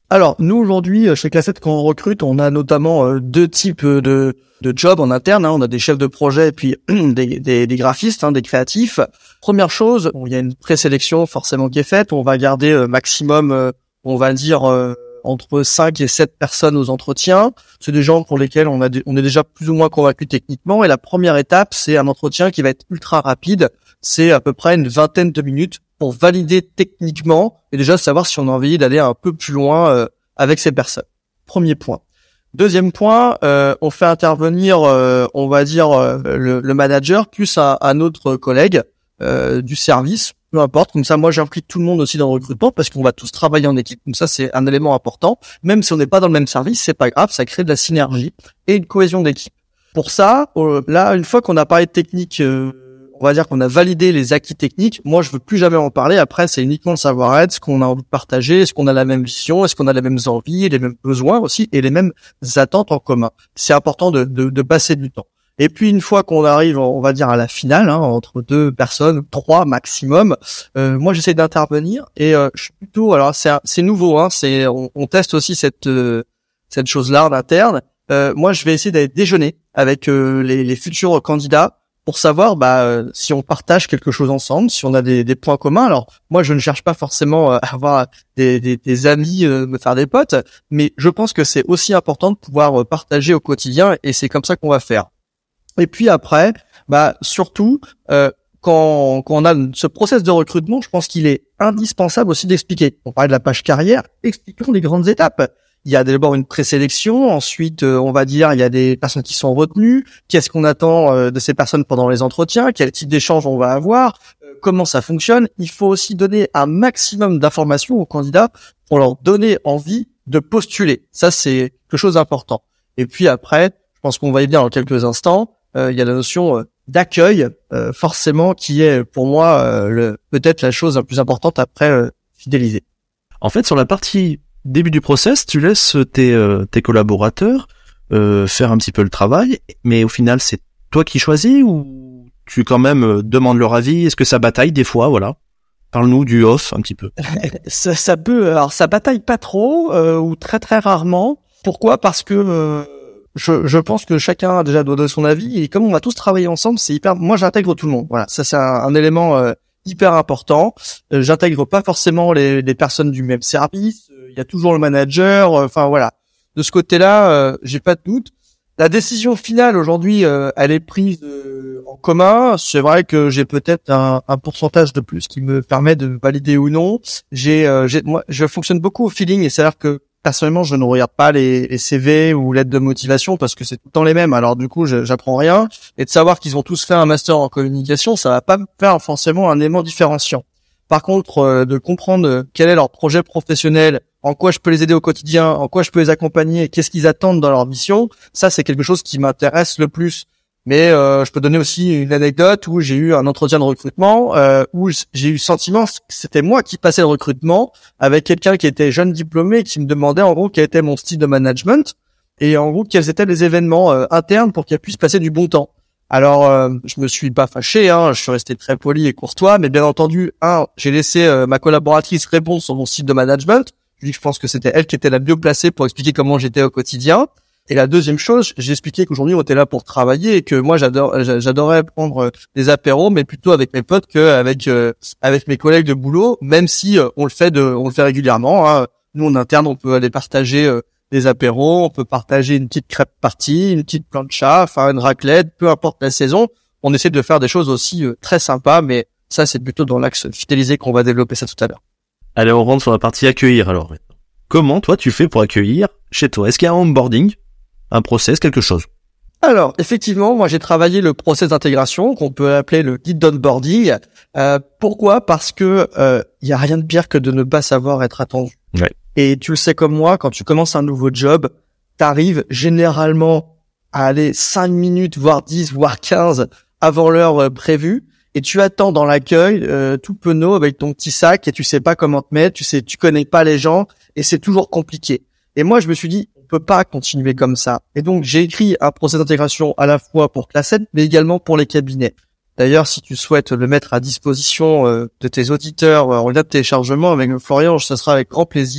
Alors, nous, aujourd'hui, chez Classset, quand on recrute, on a notamment euh, deux types de, de jobs en interne. Hein. On a des chefs de projet et puis des, des, des graphistes, hein, des créatifs. Première chose, il y a une présélection forcément qui est faite. On va garder euh, maximum, euh, on va dire, euh, entre cinq et sept personnes aux entretiens. C'est des gens pour lesquels on, a des, on est déjà plus ou moins convaincus techniquement. Et la première étape, c'est un entretien qui va être ultra rapide. C'est à peu près une vingtaine de minutes pour valider techniquement et déjà savoir si on a envie d'aller un peu plus loin euh, avec ces personnes. Premier point. Deuxième point, euh, on fait intervenir, euh, on va dire, euh, le, le manager plus un, un autre collègue euh, du service, peu importe. Comme ça, moi, j'implique tout le monde aussi dans le recrutement parce qu'on va tous travailler en équipe. Donc ça, c'est un élément important. Même si on n'est pas dans le même service, c'est pas grave, ça crée de la synergie et une cohésion d'équipe. Pour ça, euh, là, une fois qu'on a parlé de technique, euh, on va dire qu'on a validé les acquis techniques. Moi, je veux plus jamais en parler. Après, c'est uniquement le savoir-être, ce qu'on a envie de partager, est-ce qu'on a la même vision, est-ce qu'on a les mêmes envies, les mêmes besoins aussi, et les mêmes attentes en commun. C'est important de, de, de passer du temps. Et puis, une fois qu'on arrive, on va dire à la finale, hein, entre deux personnes, trois maximum, euh, moi, j'essaie d'intervenir et euh, je suis plutôt. Alors, c'est c'est nouveau, hein. C'est on, on teste aussi cette euh, cette chose-là en interne. Euh, moi, je vais essayer d'aller déjeuner avec euh, les, les futurs candidats, pour savoir bah euh, si on partage quelque chose ensemble, si on a des, des points communs. Alors moi je ne cherche pas forcément euh, à avoir des, des, des amis, euh, me faire des potes, mais je pense que c'est aussi important de pouvoir euh, partager au quotidien et c'est comme ça qu'on va faire. Et puis après, bah surtout euh, quand, quand on a ce process de recrutement, je pense qu'il est indispensable aussi d'expliquer. On parlait de la page carrière, expliquons les grandes étapes. Il y a d'abord une présélection, ensuite euh, on va dire il y a des personnes qui sont retenues, qu'est-ce qu'on attend euh, de ces personnes pendant les entretiens, quel type d'échange on va avoir, euh, comment ça fonctionne. Il faut aussi donner un maximum d'informations aux candidats pour leur donner envie de postuler. Ça c'est quelque chose d'important. Et puis après, je pense qu'on va y venir dans quelques instants, euh, il y a la notion euh, d'accueil, euh, forcément qui est pour moi euh, le, peut-être la chose la plus importante après euh, fidéliser. En fait, sur la partie début du process, tu laisses tes, euh, tes collaborateurs euh, faire un petit peu le travail, mais au final, c'est toi qui choisis ou tu quand même euh, demandes leur avis? Est-ce que ça bataille des fois? Voilà. Parle-nous du off un petit peu. ça, ça peut, alors ça bataille pas trop euh, ou très très rarement. Pourquoi? Parce que euh, je, je pense que chacun a déjà doit donner son avis et comme on va tous travailler ensemble, c'est hyper. Moi, j'intègre tout le monde. Voilà, ça c'est un, un élément euh, hyper important. Euh, j'intègre pas forcément les, les personnes du même service. Il y a toujours le manager, enfin euh, voilà. De ce côté-là, euh, j'ai pas de doute. La décision finale aujourd'hui, euh, elle est prise euh, en commun. C'est vrai que j'ai peut-être un, un pourcentage de plus qui me permet de valider ou non. J'ai, euh, j'ai, moi, je fonctionne beaucoup au feeling et c'est-à-dire que personnellement, je ne regarde pas les, les C V ou lettres de motivation parce que c'est tout le temps les mêmes. Alors du coup, je, j'apprends rien. Et de savoir qu'ils ont tous fait un master en communication, ça va pas me faire forcément un élément différenciant. Par contre, euh, de comprendre quel est leur projet professionnel, en quoi je peux les aider au quotidien, en quoi je peux les accompagner, qu'est-ce qu'ils attendent dans leur mission, ça c'est quelque chose qui m'intéresse le plus. Mais euh, je peux donner aussi une anecdote où j'ai eu un entretien de recrutement euh, où j'ai eu le sentiment que c'était moi qui passais le recrutement avec quelqu'un qui était jeune diplômé et qui me demandait en gros quel était mon style de management et en gros quels étaient les événements euh, internes pour qu'elle puisse passer du bon temps. Alors, euh, je me suis pas fâché, hein, je suis resté très poli et courtois, mais bien entendu, un, j'ai laissé euh, ma collaboratrice répondre sur mon style de management. Je dis que je pense que c'était elle qui était la mieux placée pour expliquer comment j'étais au quotidien. Et la deuxième chose, j'ai expliqué qu'aujourd'hui on était là pour travailler et que moi j'adore, j'adorais prendre des apéros, mais plutôt avec mes potes qu'avec euh, avec mes collègues de boulot, même si euh, on le fait de, on le fait régulièrement. Hein. Nous en interne, on peut aller partager euh, des apéros, on peut partager une petite crêpe partie, une petite plancha, enfin une raclette, peu importe la saison. On essaie de faire des choses aussi euh, très sympas, mais ça c'est plutôt dans l'axe fidélisé qu'on va développer ça tout à l'heure. Allez, on rentre sur la partie accueillir alors. Comment toi tu fais pour accueillir chez toi? Est-ce qu'il y a un onboarding, un process, quelque chose? Alors, effectivement, moi j'ai travaillé le process d'intégration qu'on peut appeler le guide d'onboarding. Euh, pourquoi? Parce que euh, y a rien de pire que de ne pas savoir être attendu. Ouais. Et tu le sais comme moi, quand tu commences un nouveau job, t'arrives généralement à aller cinq minutes, voire dix, voire quinze avant l'heure euh, prévue. Et tu attends dans l'accueil, euh, tout penaud avec ton petit sac et tu sais pas comment te mettre, tu sais, tu connais pas les gens et c'est toujours compliqué. Et moi, je me suis dit, on peut pas continuer comme ça. Et donc, j'ai écrit un process d'intégration à la fois pour Classset, mais également pour les cabinets. D'ailleurs, si tu souhaites le mettre à disposition euh, de tes auditeurs euh, en lien de téléchargement avec Florian, ça sera avec grand plaisir.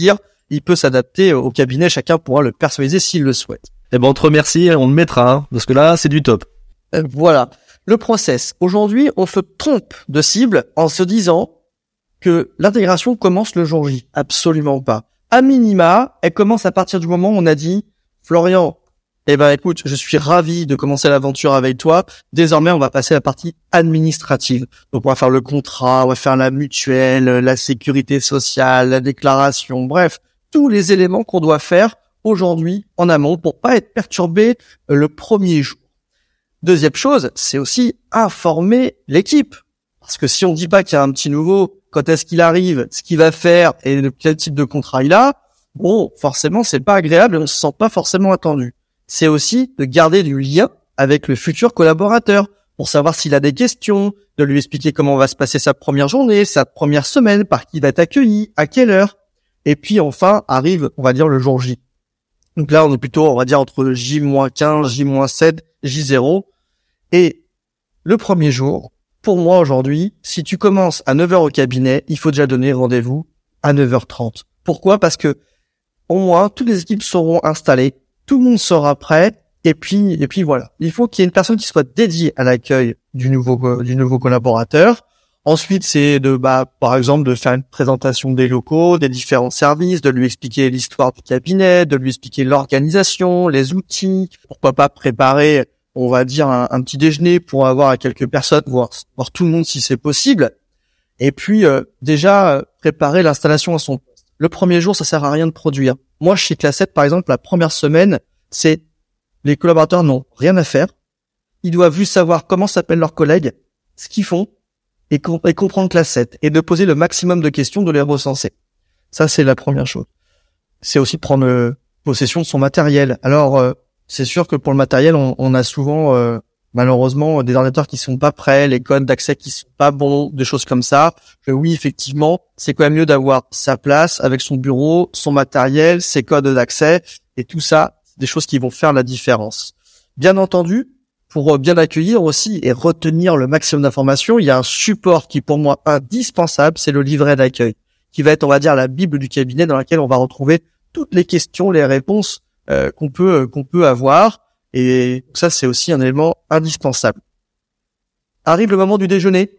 il peut s'adapter au cabinet, chacun pourra le personnaliser s'il le souhaite. Eh ben, on te remercie, on le mettra, hein, parce que là, c'est du top. Euh, voilà. Le process. Aujourd'hui, on se trompe de cible en se disant que l'intégration commence le jour J. Absolument pas. À minima, elle commence à partir du moment où on a dit, Florian, eh ben, écoute, je suis ravi de commencer l'aventure avec toi. Désormais, on va passer à la partie administrative. Donc, on va faire le contrat, on va faire la mutuelle, la sécurité sociale, la déclaration, bref, tous les éléments qu'on doit faire aujourd'hui en amont pour pas être perturbé le premier jour. Deuxième chose, c'est aussi informer l'équipe. Parce que si on dit pas qu'il y a un petit nouveau, quand est-ce qu'il arrive, ce qu'il va faire et de quel type de contrat il a, bon, forcément, c'est pas agréable et on se sent pas forcément attendu. C'est aussi de garder du lien avec le futur collaborateur pour savoir s'il a des questions, de lui expliquer comment va se passer sa première journée, sa première semaine, par qui il va être accueilli, à quelle heure. Et puis enfin, arrive, on va dire, le jour J. Donc là, on est plutôt, on va dire, entre J moins quinze, J moins sept, J zéro. Et le premier jour, pour moi aujourd'hui, si tu commences à neuf heures au cabinet, il faut déjà donner rendez-vous à neuf heures trente. Pourquoi ? Parce que au moins, toutes les équipes seront installées, tout le monde sera prêt, et puis, et puis voilà. Il faut qu'il y ait une personne qui soit dédiée à l'accueil du nouveau, du nouveau collaborateur. Ensuite, c'est de, bah, par exemple, de faire une présentation des locaux, des différents services, de lui expliquer l'histoire du cabinet, de lui expliquer l'organisation, les outils. Pourquoi pas préparer, on va dire, un, un petit déjeuner pour avoir à quelques personnes, voir, voir tout le monde si c'est possible. Et puis, euh, déjà, euh, préparer l'installation à son poste. Le premier jour, ça sert à rien de produire. Moi, chez Classette, par exemple, la première semaine, c'est les collaborateurs n'ont rien à faire. Ils doivent juste savoir comment s'appellent leurs collègues, ce qu'ils font, et, comp- et comprendre Classette, et de poser le maximum de questions, de les recenser. Ça, c'est la première chose. C'est aussi prendre euh, possession de son matériel. Alors, euh, c'est sûr que pour le matériel, on, on a souvent, euh, malheureusement, des ordinateurs qui sont pas prêts, les codes d'accès qui sont pas bons, des choses comme ça. Que oui, effectivement, c'est quand même mieux d'avoir sa place avec son bureau, son matériel, ses codes d'accès, et tout ça, des choses qui vont faire la différence. Bien entendu, pour bien accueillir aussi et retenir le maximum d'informations, il y a un support qui est pour moi indispensable, c'est le livret d'accueil, qui va être, on va dire, la bible du cabinet dans laquelle on va retrouver toutes les questions, les réponses euh, qu'on peut qu'on peut avoir. Et ça, c'est aussi un élément indispensable. Arrive le moment du déjeuner.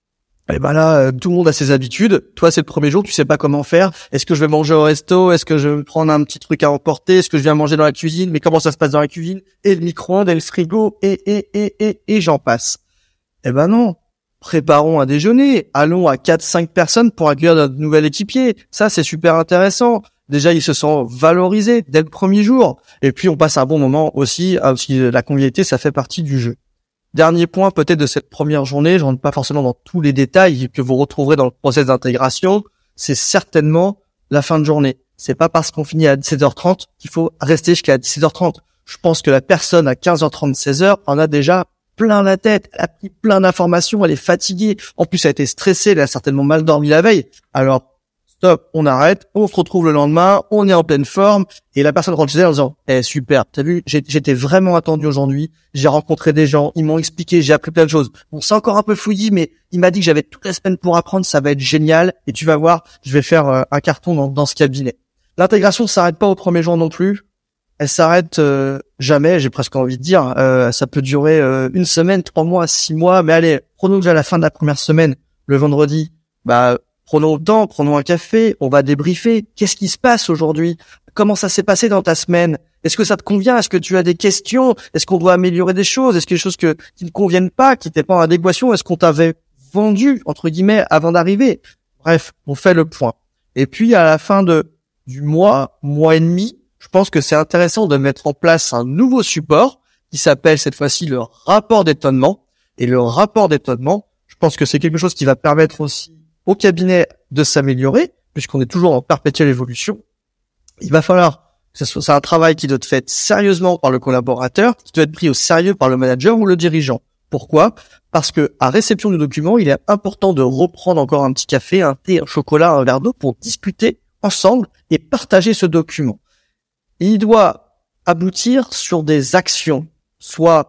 Et ben là, euh, tout le monde a ses habitudes. Toi, c'est le premier jour, tu sais pas comment faire. Est-ce que je vais manger au resto? Est-ce que je vais me prendre un petit truc à emporter? Est-ce que je viens manger dans la cuisine? Mais comment ça se passe dans la cuisine? Et le micro-ondes, et le frigo, et, et, et, et, et j'en passe. Eh ben non. Préparons un déjeuner. Allons à quatre cinq personnes pour accueillir notre nouvel équipier. Ça, c'est super intéressant. Déjà, ils se sentent valorisés dès le premier jour. Et puis, on passe un bon moment aussi. aussi la convivialité, ça fait partie du jeu. Dernier point peut-être de cette première journée, je rentre pas forcément dans tous les détails que vous retrouverez dans le process d'intégration, c'est certainement la fin de journée. C'est pas parce qu'on finit à dix-sept heures trente qu'il faut rester jusqu'à dix-sept heures trente. Je pense que la personne à quinze heures trente, seize heures en a déjà plein la tête, elle a pris plein d'informations, elle est fatiguée. En plus, elle a été stressée, elle a certainement mal dormi la veille. Alors, stop, on arrête, on se retrouve le lendemain, on est en pleine forme, et la personne rentre chez elle en disant « Eh, super, t'as vu, j'ai, j'étais vraiment attendu aujourd'hui, j'ai rencontré des gens, ils m'ont expliqué, j'ai appris plein de choses. Bon, c'est encore un peu fouillis, mais il m'a dit que j'avais toute la semaine pour apprendre, ça va être génial, et tu vas voir, je vais faire euh, un carton dans, dans ce cabinet. » L'intégration ne s'arrête pas au premier jour non plus, elle s'arrête euh, jamais, j'ai presque envie de dire, euh, ça peut durer euh, une semaine, trois mois, six mois, mais allez, prenons déjà la fin de la première semaine, le vendredi, bah... Prenons le temps, prenons un café, on va débriefer. Qu'est-ce qui se passe aujourd'hui? Comment ça s'est passé dans ta semaine? Est-ce que ça te convient? Est-ce que tu as des questions? Est-ce qu'on doit améliorer des choses? Est-ce qu'il y a des choses que, qui ne conviennent pas, qui n'étaient pas en adéquation? Est-ce qu'on t'avait vendu, entre guillemets, avant d'arriver? Bref, on fait le point. Et puis, à la fin de du mois, mois et demi, je pense que c'est intéressant de mettre en place un nouveau support qui s'appelle cette fois-ci le rapport d'étonnement. Et le rapport d'étonnement, je pense que c'est quelque chose qui va permettre aussi au cabinet de s'améliorer, puisqu'on est toujours en perpétuelle évolution. Il va falloir que ce soit, c'est un travail qui doit être fait sérieusement par le collaborateur, qui doit être pris au sérieux par le manager ou le dirigeant. Pourquoi? Parce que à réception du document, il est important de reprendre encore un petit café, un thé, un chocolat, un verre d'eau pour discuter ensemble et partager ce document. Et il doit aboutir sur des actions, soit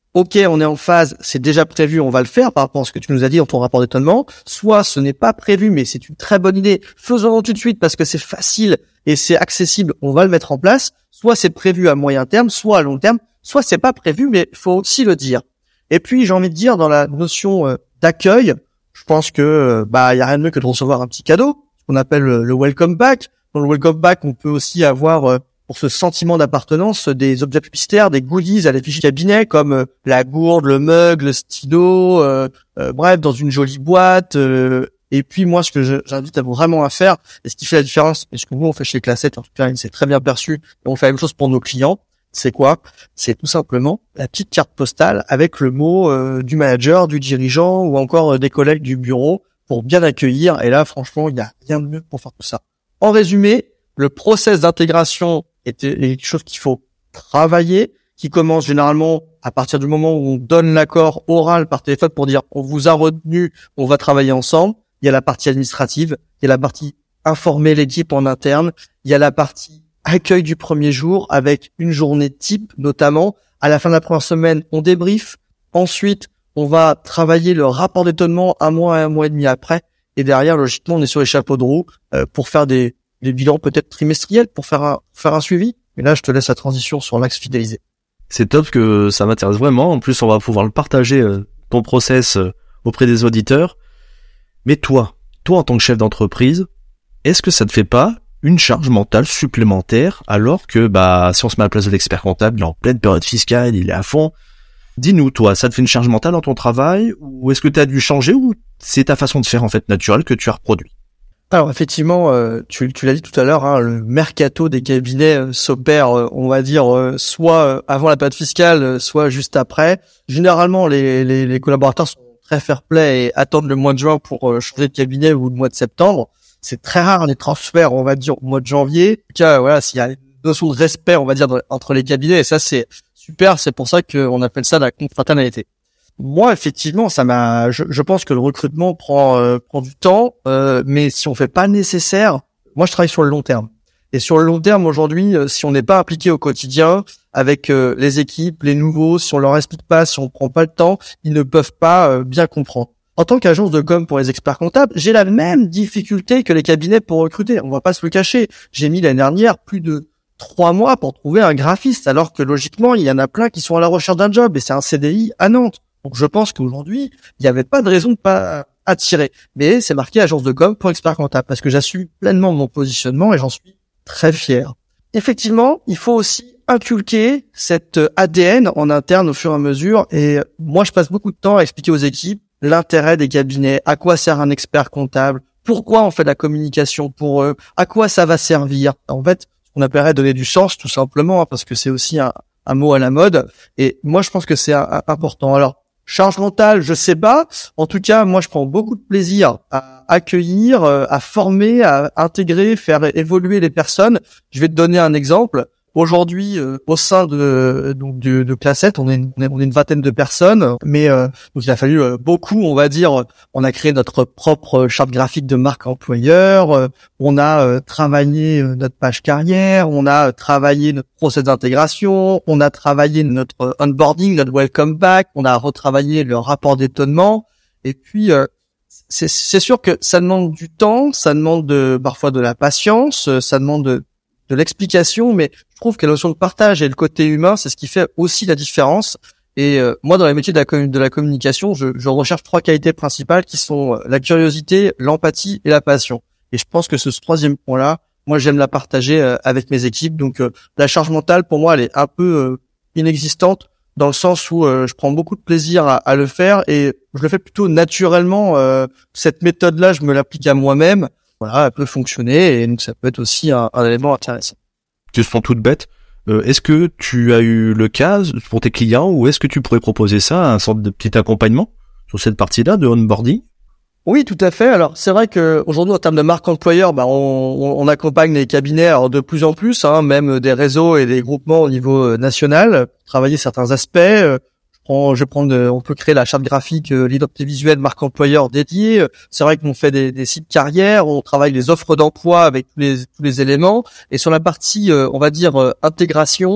ok, on est en phase, c'est déjà prévu, on va le faire par rapport à ce que tu nous as dit dans ton rapport d'étonnement, soit ce n'est pas prévu, mais c'est une très bonne idée, faisons-le tout de suite parce que c'est facile et c'est accessible, on va le mettre en place, soit c'est prévu à moyen terme, soit à long terme, soit c'est pas prévu, mais faut aussi le dire. Et puis, j'ai envie de dire, dans la notion euh, d'accueil, je pense que euh, bah il y a rien de mieux que de recevoir un petit cadeau, ce qu'on appelle le, le welcome back. Dans le welcome back, on peut aussi avoir euh, pour ce sentiment d'appartenance des objets publicitaires, des goodies à l'effigie cabinet comme euh, la gourde, le mug, le stylo, euh, euh, bref, dans une jolie boîte. Euh, et puis moi, ce que je, j'invite à vraiment à faire, et ce qui fait la différence, et ce que nous on fait chez Classette, en tout cas, c'est très bien perçu, et on fait la même chose pour nos clients. C'est quoi? C'est tout simplement la petite carte postale avec le mot euh, du manager, du dirigeant ou encore euh, des collègues du bureau pour bien accueillir. Et là, franchement, il n'y a rien de mieux pour faire tout ça. En résumé, le process d'intégration est quelque chose qu'il faut travailler, qui commence généralement à partir du moment où on donne l'accord oral par téléphone pour dire on vous a retenu, on va travailler ensemble. Il y a la partie administrative, il y a la partie informer l'équipe en interne, il y a la partie accueil du premier jour avec une journée type notamment. À la fin de la première semaine, on débrief. Ensuite, on va travailler le rapport d'étonnement un mois et un mois et demi après. Et derrière, logiquement, on est sur les chapeaux de roue euh, pour faire des, des bilans peut-être trimestriels, pour faire un, faire un suivi. Mais là, je te laisse la transition sur l'axe fidélisé. C'est top que ça m'intéresse vraiment. En plus, on va pouvoir le partager, euh, ton process euh, auprès des auditeurs. Mais toi, toi en tant que chef d'entreprise, est-ce que ça te fait pas une charge mentale supplémentaire alors que bah si on se met à la place de l'expert comptable, il est en pleine période fiscale, il est à fond. Dis-nous, toi, ça te fait une charge mentale dans ton travail ou est-ce que tu as dû changer ou c'est ta façon de faire en fait naturelle que tu as reproduit? Alors effectivement, euh, tu, tu l'as dit tout à l'heure, hein, le mercato des cabinets euh, s'opère, euh, on va dire, euh, soit euh, avant la période fiscale, euh, soit juste après. Généralement, les, les, les collaborateurs sont très fair-play et attendent le mois de juin pour euh, changer de cabinet ou le mois de septembre. C'est très rare les transferts, on va dire, au mois de janvier. En tout cas, voilà, s'il y a une notion de respect, on va dire, entre les cabinets, et ça, c'est super. C'est pour ça qu'on appelle ça la confraternité. Moi, effectivement, ça m'a. Je, je pense que le recrutement prend euh, prend du temps, euh, mais si on fait pas le nécessaire, moi, je travaille sur le long terme. Et sur le long terme, aujourd'hui, euh, si on n'est pas impliqué au quotidien avec euh, les équipes, les nouveaux, si on leur explique pas, si on prend pas le temps, ils ne peuvent pas euh, bien comprendre. En tant qu'agence de com pour les experts comptables, j'ai la même difficulté que les cabinets pour recruter. On va pas se le cacher. J'ai mis l'année dernière plus de trois mois pour trouver un graphiste, alors que logiquement, il y en a plein qui sont à la recherche d'un job et c'est un C D I à Nantes. Donc je pense qu'aujourd'hui, il n'y avait pas de raison de pas attirer. Mais c'est marqué agence de com pour experts comptables parce que j'assume pleinement mon positionnement et j'en suis très fier. Effectivement, il faut aussi inculquer cette A D N en interne au fur et à mesure. Et moi, je passe beaucoup de temps à expliquer aux équipes l'intérêt des cabinets, à quoi sert un expert comptable, pourquoi on fait de la communication pour eux, à quoi ça va servir. En fait, on appellerait donner du sens tout simplement, hein, parce que c'est aussi un, un mot à la mode. Et moi, je pense que c'est un, un, important. Alors, charge mentale, je sais pas. En tout cas, moi, je prends beaucoup de plaisir à accueillir, à former, à intégrer, faire évoluer les personnes. Je vais te donner un exemple. Aujourd'hui, euh, au sein de donc de, de Classette, on est, une, on est une vingtaine de personnes, mais euh, donc il a fallu euh, beaucoup, on va dire. On a créé notre propre charte graphique de marque employeur, euh, on a euh, travaillé euh, notre page carrière, on a travaillé notre process d'intégration, on a travaillé notre onboarding, notre welcome back, on a retravaillé le rapport d'étonnement, et puis euh, c'est, c'est sûr que ça demande du temps, ça demande de, parfois de la patience, ça demande de de l'explication, mais je trouve que la notion de partage et le côté humain, c'est ce qui fait aussi la différence. Et euh, moi, dans les métiers de la, com- de la communication, je, je recherche trois qualités principales qui sont euh, la curiosité, l'empathie et la passion. Et je pense que ce, ce troisième point-là, moi, j'aime la partager euh, avec mes équipes. Donc, euh, la charge mentale, pour moi, elle est un peu euh, inexistante dans le sens où euh, je prends beaucoup de plaisir à, à le faire et je le fais plutôt naturellement. Euh, cette méthode-là, je me l'applique à moi-même. Voilà, elle peut fonctionner et donc ça peut être aussi un, un élément intéressant. Question toute bête, euh, est-ce que tu as eu le cas pour tes clients ou est-ce que tu pourrais proposer ça, un sorte de petit accompagnement sur cette partie-là de onboarding? Oui, tout à fait. Alors, c'est vrai que aujourd'hui, en termes de marque employeur, bah, on, on, on accompagne les cabinets alors, de plus en plus, hein, même des réseaux et des groupements au niveau national, pour travailler certains aspects. On, je prends de, on peut créer la charte graphique, euh, l'identité visuelle, marque employeur dédiée. C'est vrai qu'on fait des, des sites carrières, on travaille les offres d'emploi avec tous les, tous les éléments. Et sur la partie, euh, on va dire, euh, intégration,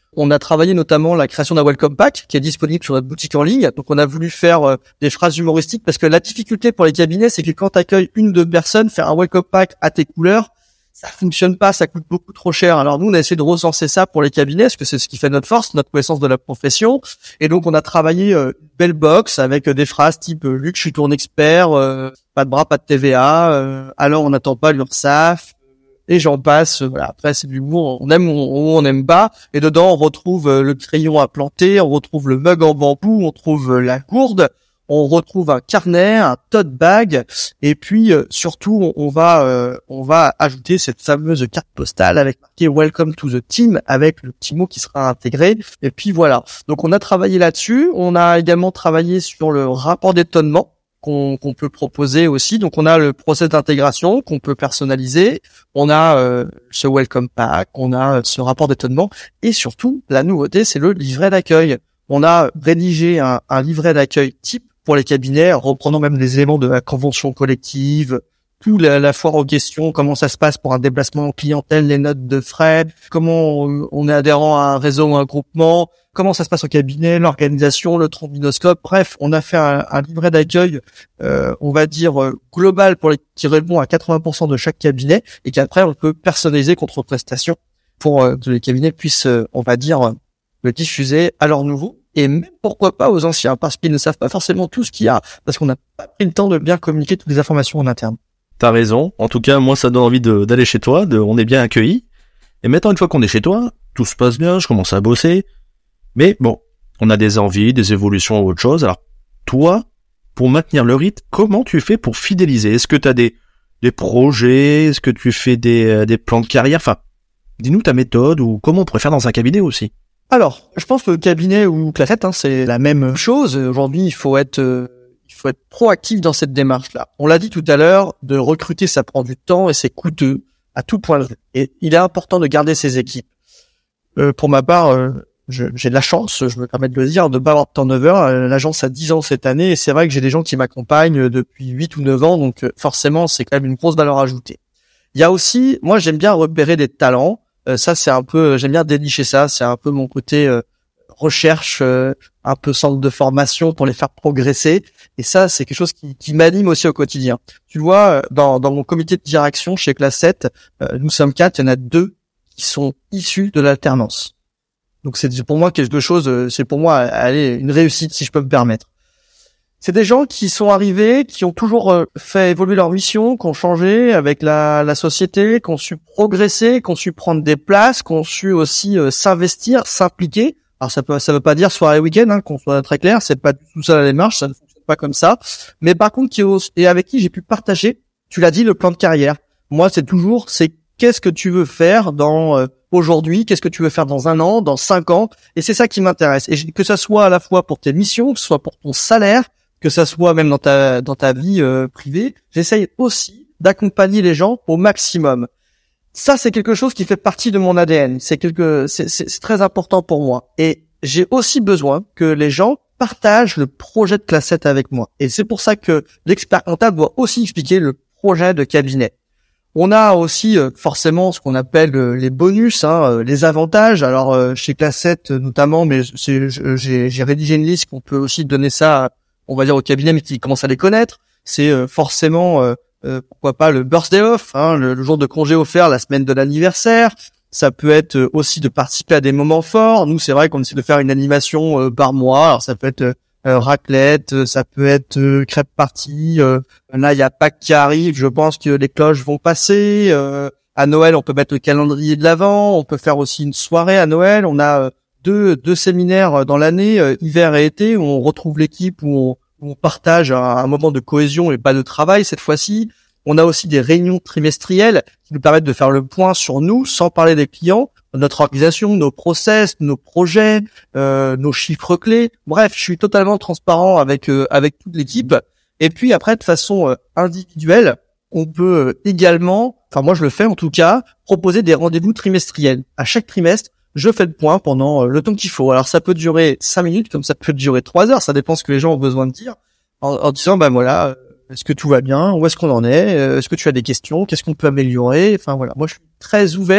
On a travaillé notamment la création d'un welcome pack qui est disponible sur notre boutique en ligne. Donc on a voulu faire euh, des phrases humoristiques parce que la difficulté pour les cabinets, c'est que quand tu accueilles une ou deux personnes, faire un welcome pack à tes couleurs, ça fonctionne pas, ça coûte beaucoup trop cher. Alors nous, on a essayé de recenser ça pour les cabinets parce que c'est ce qui fait notre force, notre connaissance de la profession. Et donc on a travaillé euh, une belle box avec euh, des phrases type euh, Luc, je suis ton expert, euh, pas de bras, pas de T V A, euh, alors on n'attend pas l'URSSAF. Et j'en passe, voilà. Après, c'est de l'humour, on aime ou on n'aime pas. Et dedans, on retrouve le crayon à planter, on retrouve le mug en bambou, on trouve la gourde, on retrouve un carnet, un tote bag. Et puis, euh, surtout, on, on va euh, on va ajouter cette fameuse carte postale avec marqué Welcome to the team, avec le petit mot qui sera intégré. Et puis, voilà. Donc, on a travaillé là-dessus. On a également travaillé sur le rapport d'étonnement. Qu'on, qu'on peut proposer aussi. Donc on a le process d'intégration qu'on peut personnaliser, on a euh, ce welcome pack, on a ce rapport d'étonnement et surtout la nouveauté c'est le livret d'accueil. On a rédigé un, un livret d'accueil type pour les cabinets, reprenant même des éléments de la convention collective, tout la, la foire aux questions, comment ça se passe pour un déplacement en clientèle, les notes de frais, comment on, on est adhérent à un réseau ou un groupement, comment ça se passe au cabinet, l'organisation, le trombinoscope. Bref, on a fait un, un livret d'accueil, euh, on va dire euh, global pour les, qui répond à quatre-vingts pour cent de chaque cabinet et qu'après on peut personnaliser contre prestation pour euh, que les cabinets puissent, euh, on va dire, euh, le diffuser à leurs nouveaux et même pourquoi pas aux anciens parce qu'ils ne savent pas forcément tout ce qu'il y a parce qu'on n'a pas pris le temps de bien communiquer toutes les informations en interne. T'as raison. En tout cas, moi, ça donne envie de, d'aller chez toi, de, on est bien accueillis. Et maintenant, une fois qu'on est chez toi, tout se passe bien, je commence à bosser. Mais bon, on a des envies, des évolutions ou autre chose. Alors, toi, pour maintenir le rythme, comment tu fais pour fidéliser? Est-ce que t'as des, des projets? Est-ce que tu fais des, euh, des plans de carrière? Enfin, dis-nous ta méthode ou comment on pourrait faire dans un cabinet aussi. Alors, je pense que le cabinet ou que la fête, hein, c'est la même chose. Aujourd'hui, il faut être, euh, il faut être proactif dans cette démarche-là. On l'a dit tout à l'heure, de recruter, ça prend du temps et c'est coûteux à tout point de vue. Et il est important de garder ses équipes. Euh, pour ma part, euh, je, j'ai de la chance, je me permets de le dire, de pas avoir de turnover. Euh, L'agence a dix ans cette année et c'est vrai que j'ai des gens qui m'accompagnent depuis huit ou neuf ans, donc euh, forcément, c'est quand même une grosse valeur ajoutée. Il y a aussi, moi, j'aime bien repérer des talents. Euh, ça, c'est un peu, j'aime bien dénicher ça. C'est un peu mon côté euh, recherche, euh, un peu centre de formation pour les faire progresser. Et ça, c'est quelque chose qui, qui m'anime aussi au quotidien. Tu vois, dans, dans mon comité de direction chez Classe sept, euh, nous sommes quatre, il y en a deux qui sont issus de l'alternance. Donc c'est pour moi quelque chose, c'est pour moi, allez, une réussite si je peux me permettre. C'est des gens qui sont arrivés, qui ont toujours fait évoluer leur mission, qui ont changé avec la, la société, qui ont su progresser, qui ont su prendre des places, qui ont su aussi euh, s'investir, s'impliquer. Alors ça peut, ça veut pas dire soirée week-end, hein, qu'on soit très clair, c'est pas tout ça la démarche, ça ne fonctionne pas comme ça. Mais par contre, qui et avec qui j'ai pu partager, tu l'as dit, le plan de carrière. Moi, c'est toujours, c'est qu'est-ce que tu veux faire dans euh, aujourd'hui, qu'est-ce que tu veux faire dans un an, dans cinq ans, et c'est ça qui m'intéresse. Et que ça soit à la fois pour tes missions, que ce soit pour ton salaire, que ça soit même dans ta dans ta vie euh, privée, j'essaye aussi d'accompagner les gens au maximum. Ça, c'est quelque chose qui fait partie de mon A D N. C'est quelque, c'est, c'est, c'est très important pour moi. Et j'ai aussi besoin que les gens partagent le projet de Classe sept avec moi. Et c'est pour ça que l'expert comptable doit aussi expliquer le projet de cabinet. On a aussi euh, forcément ce qu'on appelle euh, les bonus, hein, euh, les avantages. Alors euh, chez Classe sept notamment, mais c'est, j'ai, j'ai rédigé une liste qu'on peut aussi donner ça, on va dire au cabinet, mais qui commence à les connaître. C'est euh, forcément euh, Euh, pourquoi pas le birthday off, hein, le, le jour de congé offert, la semaine de l'anniversaire. Ça peut être euh, aussi de participer à des moments forts. Nous, c'est vrai qu'on essaie de faire une animation euh, par mois. Alors, ça peut être euh, raclette, euh, ça peut être euh, crêpe party. Euh, là, il y a Pâques qui arrive. Je pense que les cloches vont passer. Euh, à Noël, on peut mettre le calendrier de l'Avent. On peut faire aussi une soirée à Noël. On a euh, deux deux séminaires dans l'année, euh, hiver et été, où on retrouve l'équipe, où on on partage un, un moment de cohésion et pas de travail cette fois-ci. On a aussi des réunions trimestrielles qui nous permettent de faire le point sur nous, sans parler des clients, notre organisation, nos process, nos projets, euh, nos chiffres clés. Bref, je suis totalement transparent avec euh, avec toute l'équipe. Et puis après, de façon euh, individuelle, on peut euh, également, enfin moi je le fais en tout cas, proposer des rendez-vous trimestriels. À chaque trimestre, je fais le point pendant le temps qu'il faut. Alors ça peut durer cinq minutes, comme ça peut durer trois heures, ça dépend ce que les gens ont besoin de dire, en, en disant ben voilà, est-ce que tout va bien, où est-ce qu'on en est, est-ce que tu as des questions, qu'est-ce qu'on peut améliorer, enfin voilà. Moi je suis très ouvert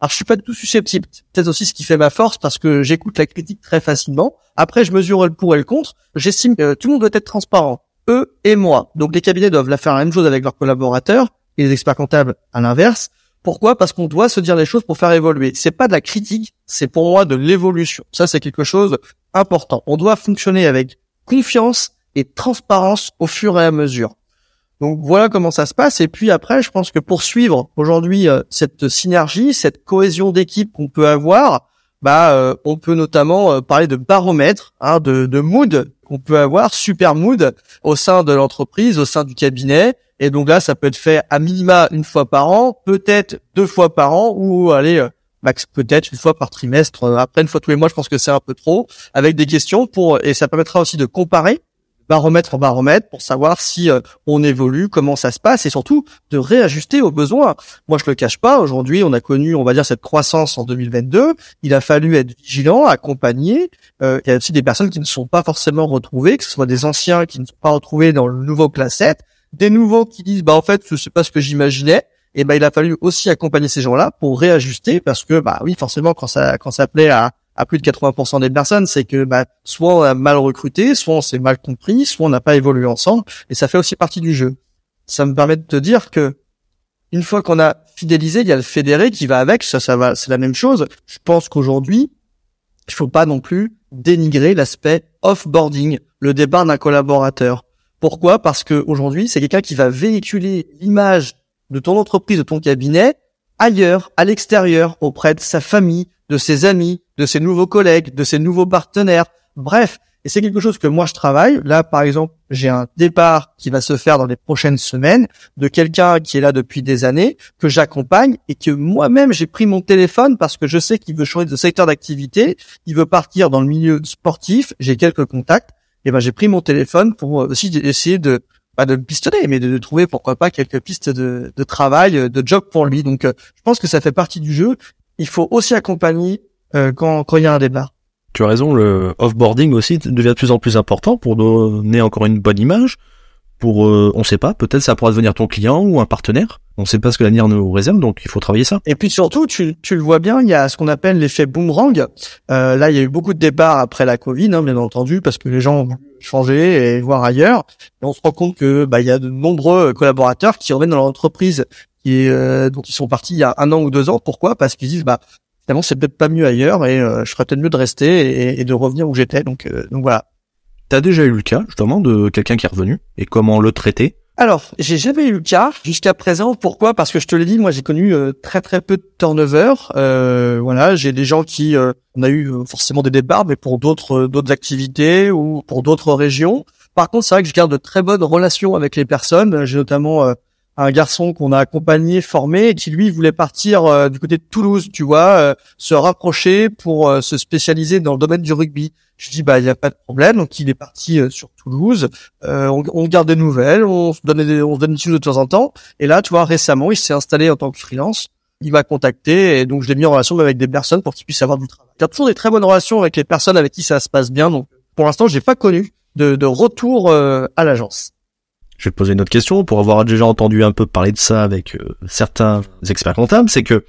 Alors, je suis pas du tout susceptible. C'est peut-être aussi ce qui fait ma force parce que j'écoute la critique très facilement. Après, je mesure le pour et le contre. J'estime que tout le monde doit être transparent, eux et moi. Donc, les cabinets doivent la faire la même chose avec leurs collaborateurs et les experts comptables à l'inverse. Pourquoi ? Parce qu'on doit se dire les choses pour faire évoluer. C'est pas de la critique, c'est pour moi de l'évolution. Ça, c'est quelque chose d'important. On doit fonctionner avec confiance et transparence au fur et à mesure. Donc voilà comment ça se passe. Et puis après, je pense que pour suivre aujourd'hui euh, cette synergie, cette cohésion d'équipe qu'on peut avoir, bah euh, on peut notamment euh, parler de baromètre, hein, de, de mood qu'on peut avoir, super mood au sein de l'entreprise, au sein du cabinet. Et donc là, ça peut être fait à minima une fois par an, peut-être deux fois par an, ou allez, euh, max peut-être une fois par trimestre. Après une fois tous les mois, je pense que c'est un peu trop, avec des questions pour et ça permettra aussi de comparer baromètre en baromètre pour savoir si euh, on évolue, comment ça se passe et surtout de réajuster aux besoins. Moi, je le cache pas, aujourd'hui, on a connu, on va dire, cette croissance en deux mille vingt-deux. Il a fallu être vigilant, accompagner. Euh, il y a aussi des personnes qui ne sont pas forcément retrouvées, que ce soit des anciens qui ne sont pas retrouvés dans le nouveau class sept, des nouveaux qui disent, bah en fait, ce n'est pas ce que j'imaginais. Et ben, il a fallu aussi accompagner ces gens-là pour réajuster parce que, bah oui, forcément, quand ça, quand ça plaît à à plus de quatre-vingts pour cent des personnes, c'est que bah, soit on a mal recruté, soit on s'est mal compris, soit on n'a pas évolué ensemble, et ça fait aussi partie du jeu. Ça me permet de te dire que une fois qu'on a fidélisé, il y a le fédéré qui va avec, ça, ça va, c'est la même chose. Je pense qu'aujourd'hui, il faut pas non plus dénigrer l'aspect off-boarding, le départ d'un collaborateur. Pourquoi ? Parce que aujourd'hui, c'est quelqu'un qui va véhiculer l'image de ton entreprise, de ton cabinet, ailleurs, à l'extérieur, auprès de sa famille, de ses amis, de ses nouveaux collègues, de ses nouveaux partenaires. Bref, et c'est quelque chose que moi je travaille. Là, par exemple, j'ai un départ qui va se faire dans les prochaines semaines de quelqu'un qui est là depuis des années, que j'accompagne et que moi-même j'ai pris mon téléphone parce que je sais qu'il veut changer de secteur d'activité, il veut partir dans le milieu sportif, j'ai quelques contacts, et ben j'ai pris mon téléphone pour aussi essayer de pas de le pistonner, mais de, de trouver pourquoi pas quelques pistes de, de travail, de job pour lui. Donc, euh, je pense que ça fait partie du jeu. Il faut aussi accompagner euh, quand quand il y a un départ. Tu as raison, le offboarding aussi devient de plus en plus important pour donner encore une bonne image. Pour, euh, on sait pas, peut-être ça pourra devenir ton client ou un partenaire. On sait pas ce que l'avenir nous réserve, donc il faut travailler ça. Et puis surtout, tu, tu le vois bien, il y a ce qu'on appelle l'effet boomerang. Euh, là, il y a eu beaucoup de départs après la Covid, hein, bien entendu, parce que les gens ont changé et voir ailleurs. Et on se rend compte que bah il y a de nombreux collaborateurs qui reviennent dans l'entreprise qui est, euh, dont ils sont partis il y a un an ou deux ans. Pourquoi ? Parce qu'ils disent bah finalement c'est peut-être pas mieux ailleurs et euh, je ferais peut-être mieux de rester et, et de revenir où j'étais. Donc euh, donc voilà. T'as déjà eu le cas, justement, de quelqu'un qui est revenu, et comment le traiter ? Alors, j'ai jamais eu le cas jusqu'à présent. Pourquoi ? Parce que je te l'ai dit, moi j'ai connu euh, très très peu de turnover. Euh, voilà, j'ai des gens qui, euh, on a eu euh, forcément des départs, mais pour d'autres euh, d'autres activités ou pour d'autres régions. Par contre, c'est vrai que je garde de très bonnes relations avec les personnes. J'ai notamment euh, un garçon qu'on a accompagné, formé, et qui lui voulait partir euh, du côté de Toulouse, tu vois, euh, se rapprocher pour euh, se spécialiser dans le domaine du rugby. Je dis bah il y a pas de problème, donc il est parti euh, sur Toulouse. Euh, on, on garde des nouvelles, on se donne des, on se donne des news de temps en temps. Et là, tu vois, récemment, il s'est installé en tant que freelance. Il m'a contacté et donc je l'ai mis en relation avec des personnes pour qu'il puisse avoir du travail. Il y a toujours des très bonnes relations avec les personnes avec qui ça se passe bien. Donc pour l'instant, j'ai pas connu de, de retour euh, à l'agence. Je vais te poser une autre question pour avoir déjà entendu un peu parler de ça avec euh, certains experts comptables, c'est que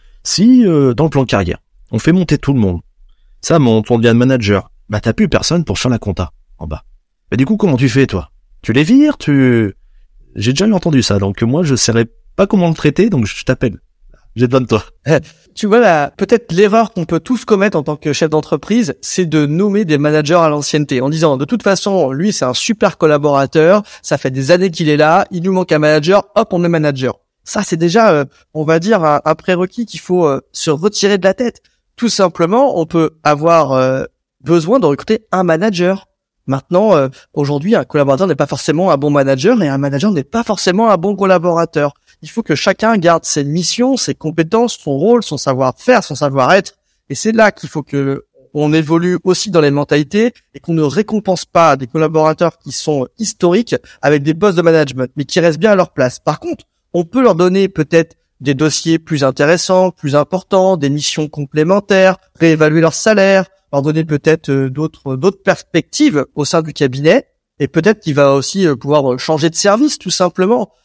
si euh, dans le plan de carrière, on fait monter tout le monde, ça monte, on devient manager, bah t'as plus personne pour faire la compta en bas. Mais du coup, comment tu fais toi ? Tu les vires, tu... J'ai déjà entendu ça, donc moi je saurais pas comment le traiter, donc je t'appelle. J'ai besoin de toi. Tu vois, là, peut-être l'erreur qu'on peut tous commettre en tant que chef d'entreprise, c'est de nommer des managers à l'ancienneté en disant, de toute façon, lui, c'est un super collaborateur, ça fait des années qu'il est là, il nous manque un manager, hop, on est manager. Ça, c'est déjà, euh, on va dire, un, un prérequis qu'il faut euh, se retirer de la tête. Tout simplement, on peut avoir euh, besoin de recruter un manager. Maintenant, euh, aujourd'hui, un collaborateur n'est pas forcément un bon manager et un manager n'est pas forcément un bon collaborateur. Il faut que chacun garde ses missions, ses compétences, son rôle, son savoir-faire, son savoir-être. Et c'est là qu'il faut que on évolue aussi dans les mentalités et qu'on ne récompense pas des collaborateurs qui sont historiques avec des postes de management, mais qui restent bien à leur place. Par contre, on peut leur donner peut-être des dossiers plus intéressants, plus importants, des missions complémentaires, réévaluer leur salaire, leur donner peut-être d'autres d'autres perspectives au sein du cabinet. Et peut-être qu'il va aussi pouvoir changer de service, tout simplement.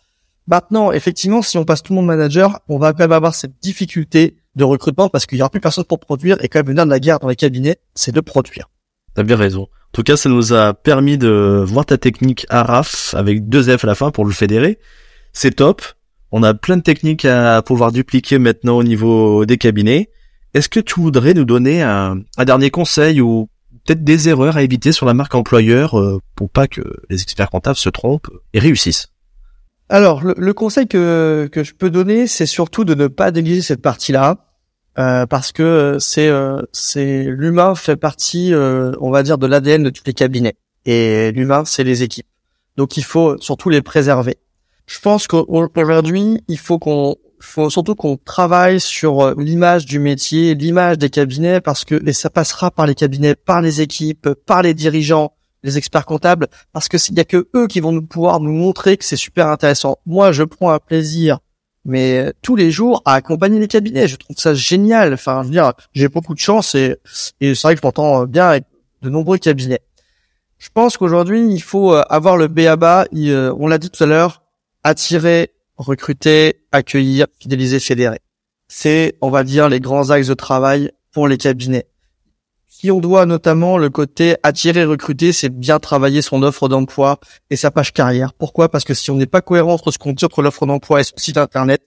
Maintenant, effectivement, si on passe tout le monde manager, on va quand même avoir cette difficulté de recrutement parce qu'il y aura plus personne pour produire et quand même le nerf de la guerre dans les cabinets, c'est de produire. T'as bien raison. En tout cas, ça nous a permis de voir ta technique A R A F avec deux F à la fin pour le fédérer. C'est top. On a plein de techniques à pouvoir dupliquer maintenant au niveau des cabinets. Est-ce que tu voudrais nous donner un, un dernier conseil ou peut-être des erreurs à éviter sur la marque employeur euh, pour pas que les experts comptables se trompent et réussissent? Alors, le, le conseil que que je peux donner, c'est surtout de ne pas négliger cette partie-là. Euh, parce que c'est euh, c'est l'humain fait partie, euh, on va dire, de l'A D N de tous les cabinets. Et l'humain, c'est les équipes. Donc, il faut surtout les préserver. Je pense qu'aujourd'hui, il faut qu'on, faut surtout qu'on travaille sur l'image du métier, l'image des cabinets, parce que et ça passera par les cabinets, par les équipes, par les dirigeants, les experts comptables, parce que il y a que eux qui vont nous pouvoir nous montrer que c'est super intéressant. Moi, je prends un plaisir. Mais tous les jours à accompagner les cabinets, je trouve ça génial. Enfin, je veux dire, j'ai beaucoup de chance et, et c'est vrai que je m'entends bien avec de nombreux cabinets. Je pense qu'aujourd'hui, il faut avoir le B A B A. Il, on l'a dit tout à l'heure, attirer, recruter, accueillir, fidéliser, fédérer. C'est, on va dire, les grands axes de travail pour les cabinets. Si on doit notamment le côté attirer, recruter, c'est bien travailler son offre d'emploi et sa page carrière. Pourquoi? Parce que si on n'est pas cohérent entre ce qu'on dit entre l'offre d'emploi et son site internet,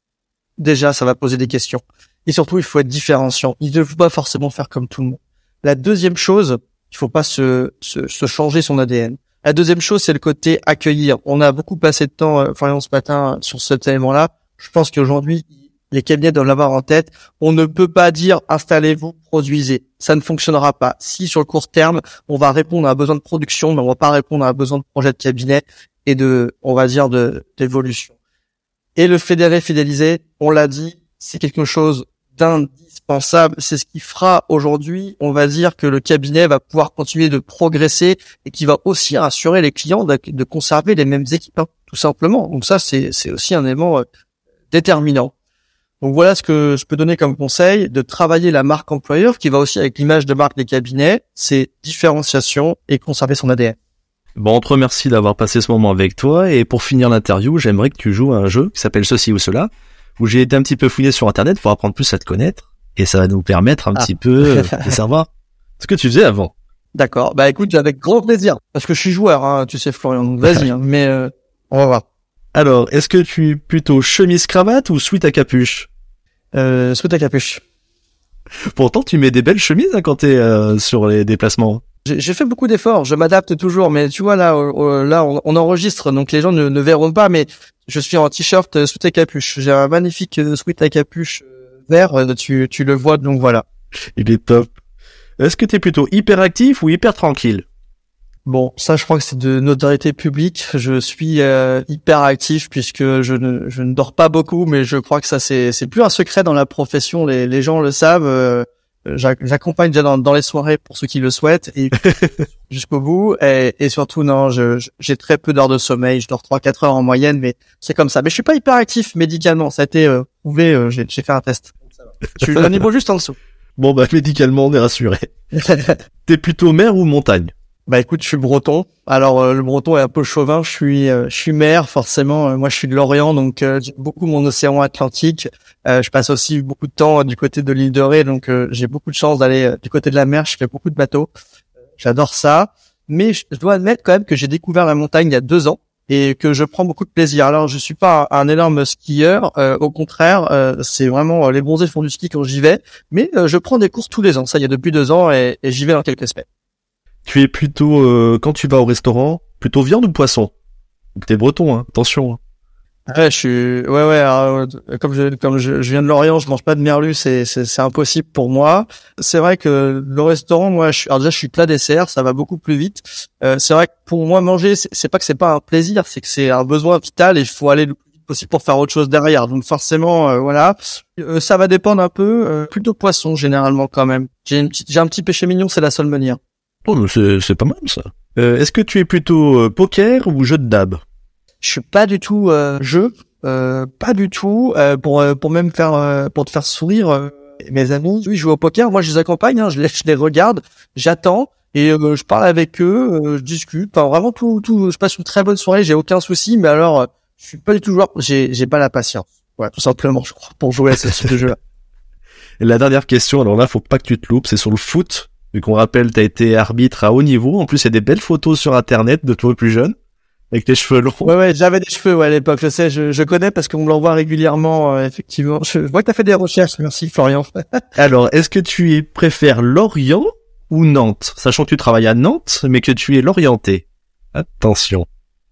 déjà, ça va poser des questions. Et surtout, il faut être différenciant. Il ne faut pas forcément faire comme tout le monde. La deuxième chose, il faut pas se, se, se changer son A D N. La deuxième chose, c'est le côté accueillir. On a beaucoup passé de temps, euh, Florian, ce matin, sur cet élément-là. Je pense qu'aujourd'hui, les cabinets doivent l'avoir en tête. On ne peut pas dire installez-vous, produisez. Ça ne fonctionnera pas. Si sur le court terme, on va répondre à un besoin de production, mais on va pas répondre à un besoin de projet de cabinet et de, on va dire, de d'évolution. Et le fédérer, fidéliser, on l'a dit, c'est quelque chose d'indispensable. C'est ce qui fera aujourd'hui, on va dire, que le cabinet va pouvoir continuer de progresser et qui va aussi rassurer les clients de, de conserver les mêmes équipes, hein, tout simplement. Donc ça, c'est, c'est aussi un élément euh, déterminant. Donc voilà ce que je peux donner comme conseil, de travailler la marque employeur qui va aussi avec l'image de marque des cabinets, c'est différenciation et conserver son A D N. Bon, on te remercie d'avoir passé ce moment avec toi et pour finir l'interview, j'aimerais que tu joues à un jeu qui s'appelle Ceci ou Cela, où j'ai été un petit peu fouillé sur internet pour apprendre plus à te connaître et ça va nous permettre un ah. petit peu de savoir ce que tu faisais avant. D'accord, bah écoute, avec grand plaisir, parce que je suis joueur, hein, tu sais Florian, donc vas-y, hein, mais euh, on va voir. Alors, est-ce que tu es plutôt chemise-cravate ou sweat à capuche? Euh, sweat à capuche. Pourtant, tu mets des belles chemises hein, quand t'es euh, sur les déplacements. J'ai, j'ai fait beaucoup d'efforts, je m'adapte toujours, mais tu vois là, euh, là, on, on enregistre, donc les gens ne, ne verront pas, mais je suis en t-shirt euh, sweat à capuche. J'ai un magnifique euh, sweat à capuche euh, vert, euh, tu, tu le vois, donc voilà. Il est top. Est-ce que t'es plutôt hyperactif ou hyper tranquille? Bon, ça, je crois que c'est de notoriété publique. Je suis euh, hyper actif puisque je ne je ne dors pas beaucoup, mais je crois que ça c'est c'est plus un secret dans la profession. Les les gens le savent. Euh, j'accompagne déjà dans, dans les soirées pour ceux qui le souhaitent et jusqu'au bout. Et, et surtout, non, je, je j'ai très peu d'heures de sommeil. Je dors trois quatre heures en moyenne, mais c'est comme ça. Mais je suis pas hyper actif médicalement. Ça a été euh, prouvé. Euh, j'ai j'ai fait un test. Je suis un niveau juste en dessous. Bon bah médicalement, on est rassuré. T'es plutôt mer ou montagne? Bah écoute, je suis breton. Alors euh, le breton est un peu chauvin. Je suis, euh, je suis mer forcément. Euh, moi, je suis de l'Orient, donc euh, j'aime beaucoup mon océan Atlantique. Euh, je passe aussi beaucoup de temps euh, du côté de l'île de Ré, donc euh, j'ai beaucoup de chance d'aller euh, du côté de la mer. Je fais beaucoup de bateaux. Euh, j'adore ça. Mais je dois admettre quand même que j'ai découvert la montagne il y a deux ans et que je prends beaucoup de plaisir. Alors je suis pas un, un énorme skieur. Euh, au contraire, euh, c'est vraiment euh, les bronzés font du ski quand j'y vais. Mais euh, je prends des courses tous les ans. Ça, il y a depuis deux ans et, et j'y vais dans quelques semaines. Tu es plutôt, euh, quand tu vas au restaurant, plutôt viande ou poisson? T'es breton, hein, attention. Hein. Ouais, je suis, ouais, ouais, alors, comme je, comme je, je viens de l'Orient, je mange pas de merlu, c'est, c'est, c'est impossible pour moi. C'est vrai que le restaurant, moi, je suis, alors déjà, je suis plat dessert, ça va beaucoup plus vite. Euh, c'est vrai que pour moi, manger, c'est, c'est pas que c'est pas un plaisir, c'est que c'est un besoin vital et il faut aller le plus vite possible pour faire autre chose derrière. Donc forcément, euh, voilà, euh, ça va dépendre un peu, euh, plutôt poisson, généralement, quand même. J'ai une petite, j'ai un petit péché mignon, c'est la saumonière. Oh, mais c'est, c'est pas mal, ça. Euh, est-ce que tu es plutôt euh, poker ou jeu de dab? Je suis pas du tout euh, jeu, euh, pas du tout. Euh, pour euh, pour même faire euh, pour te faire sourire, euh, mes amis, oui, je joue au poker. Moi, je les accompagne, hein, je les je les regarde, j'attends et euh, je parle avec eux, euh, je discute. Enfin, vraiment tout tout. Je passe une très bonne soirée, j'ai aucun souci. Mais alors, je suis pas du tout joueur. J'ai, j'ai pas la patience. Ouais, tout simplement, je crois, pour jouer à ce type de jeu-là. Et la dernière question, alors là, faut pas que tu te loupes, c'est sur le foot. Vu qu'on rappelle, t'as été arbitre à haut niveau. En plus, il y a des belles photos sur Internet de toi plus jeune, avec tes cheveux longs. Ouais, ouais, j'avais des cheveux, ouais, à l'époque. Je sais, je, je connais parce qu'on me l'envoie régulièrement, euh, effectivement. Je vois que t'as fait des recherches. Merci, Florian. Alors, est-ce que tu préfères Lorient ou Nantes? Sachant que tu travailles à Nantes, mais que tu es l'orienté. Attention.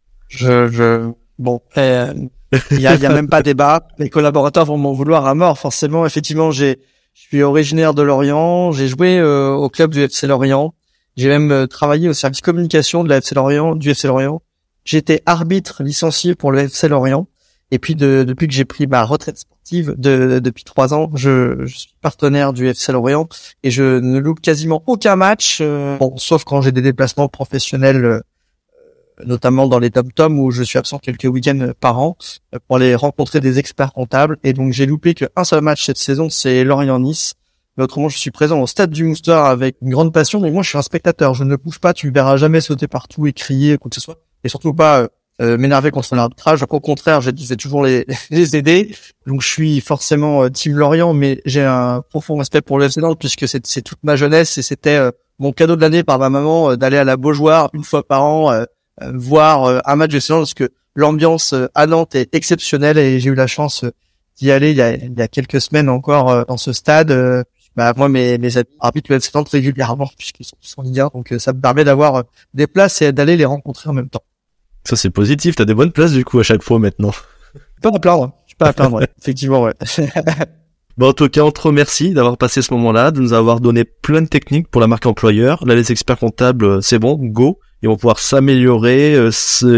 Je, je, bon, euh, il y a, il y a même pas débat. Les collaborateurs vont m'en vouloir à mort, forcément. Effectivement, j'ai, je suis originaire de Lorient. J'ai joué euh, au club du F C Lorient. J'ai même euh, travaillé au service communication de la F C Lorient, du F C Lorient. J'étais arbitre licencié pour le F C Lorient. Et puis, de, depuis que j'ai pris ma retraite sportive, de, de, depuis trois ans, je, je suis partenaire du F C Lorient et je ne loupe quasiment aucun match, euh, bon, sauf quand j'ai des déplacements professionnels, euh, notamment dans les tom-toms où je suis absent quelques week-ends par an euh, pour aller rencontrer des experts comptables. Et donc, j'ai loupé qu'un seul match cette saison, c'est Lorient-Nice. Mais autrement, je suis présent au stade du Mouster avec une grande passion. Mais moi, je suis un spectateur. Je ne bouge pas. Tu me verras jamais sauter partout et crier, quoi que ce soit. Et surtout pas... Euh, Euh, m'énerver contre l'arbitrage. Au contraire, je vais toujours les, les aider. Donc, je suis forcément euh, team Lorient, mais j'ai un profond respect pour le F C Nantes puisque c'est, c'est toute ma jeunesse et c'était euh, mon cadeau de l'année par ma maman euh, d'aller à la Beaujoire une fois par an euh, euh, voir euh, un match de F C Nantes parce que l'ambiance euh, à Nantes est exceptionnelle et j'ai eu la chance euh, d'y aller il y a, il y a quelques semaines encore euh, dans ce stade. Euh, bah, moi, mes, mes amis arbitrent le F C Nantes régulièrement puisqu'ils sont tous en Ligue un, donc euh, ça me permet d'avoir euh, des places et d'aller les rencontrer en même temps. Ça, c'est positif. T'as des bonnes places, du coup, à chaque fois, maintenant. Pas à plaindre. Je suis pas à plaindre, ouais. Effectivement, ouais. Bon, en tout cas, on te remercie d'avoir passé ce moment-là, de nous avoir donné plein de techniques pour la marque employeur. Là, les experts comptables, c'est bon, go. Ils vont pouvoir s'améliorer euh,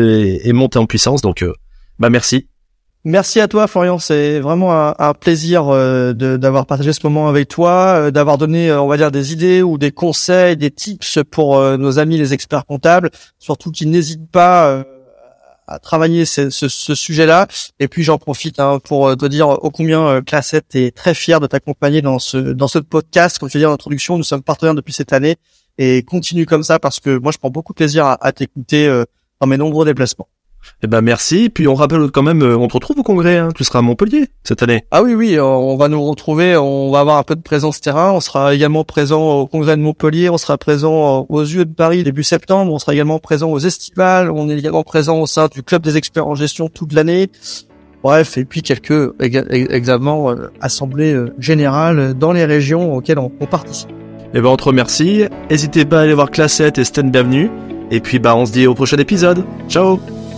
et monter en puissance. Donc, euh, bah, merci. Merci à toi, Florian. C'est vraiment un, un plaisir euh, de, d'avoir partagé ce moment avec toi, euh, d'avoir donné, euh, on va dire, des idées ou des conseils, des tips pour euh, nos amis les experts comptables, surtout qu'ils n'hésitent pas euh, à travailler ce, ce, ce sujet-là. Et puis, j'en profite hein, pour te dire ô combien euh, Classette est très fier de t'accompagner dans ce dans ce podcast. Comme je l'ai dit en introduction, nous sommes partenaires depuis cette année et continue comme ça parce que moi, je prends beaucoup de plaisir à, à t'écouter euh, dans mes nombreux déplacements. Eh ben merci, puis on rappelle quand même, on te retrouve au congrès, hein. Tu seras à Montpellier cette année. Ah oui, oui, on va nous retrouver, on va avoir un peu de présence terrain, on sera également présent au congrès de Montpellier, on sera présent aux U E de Paris début septembre, on sera également présent aux Estivales, on est également présent au sein du club des experts en gestion toute l'année. Bref, et puis quelques examens, euh, assemblées euh, générales dans les régions auxquelles on, on participe. Eh ben on te remercie, n'hésitez pas à aller voir Classette et Stan Bienvenue, et puis bah on se dit au prochain épisode. Ciao.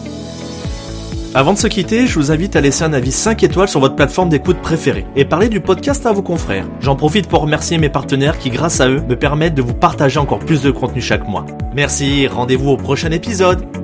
Avant de se quitter, je vous invite à laisser un avis cinq étoiles sur votre plateforme d'écoute préférée et parler du podcast à vos confrères. J'en profite pour remercier mes partenaires qui, grâce à eux, me permettent de vous partager encore plus de contenu chaque mois. Merci, rendez-vous au prochain épisode.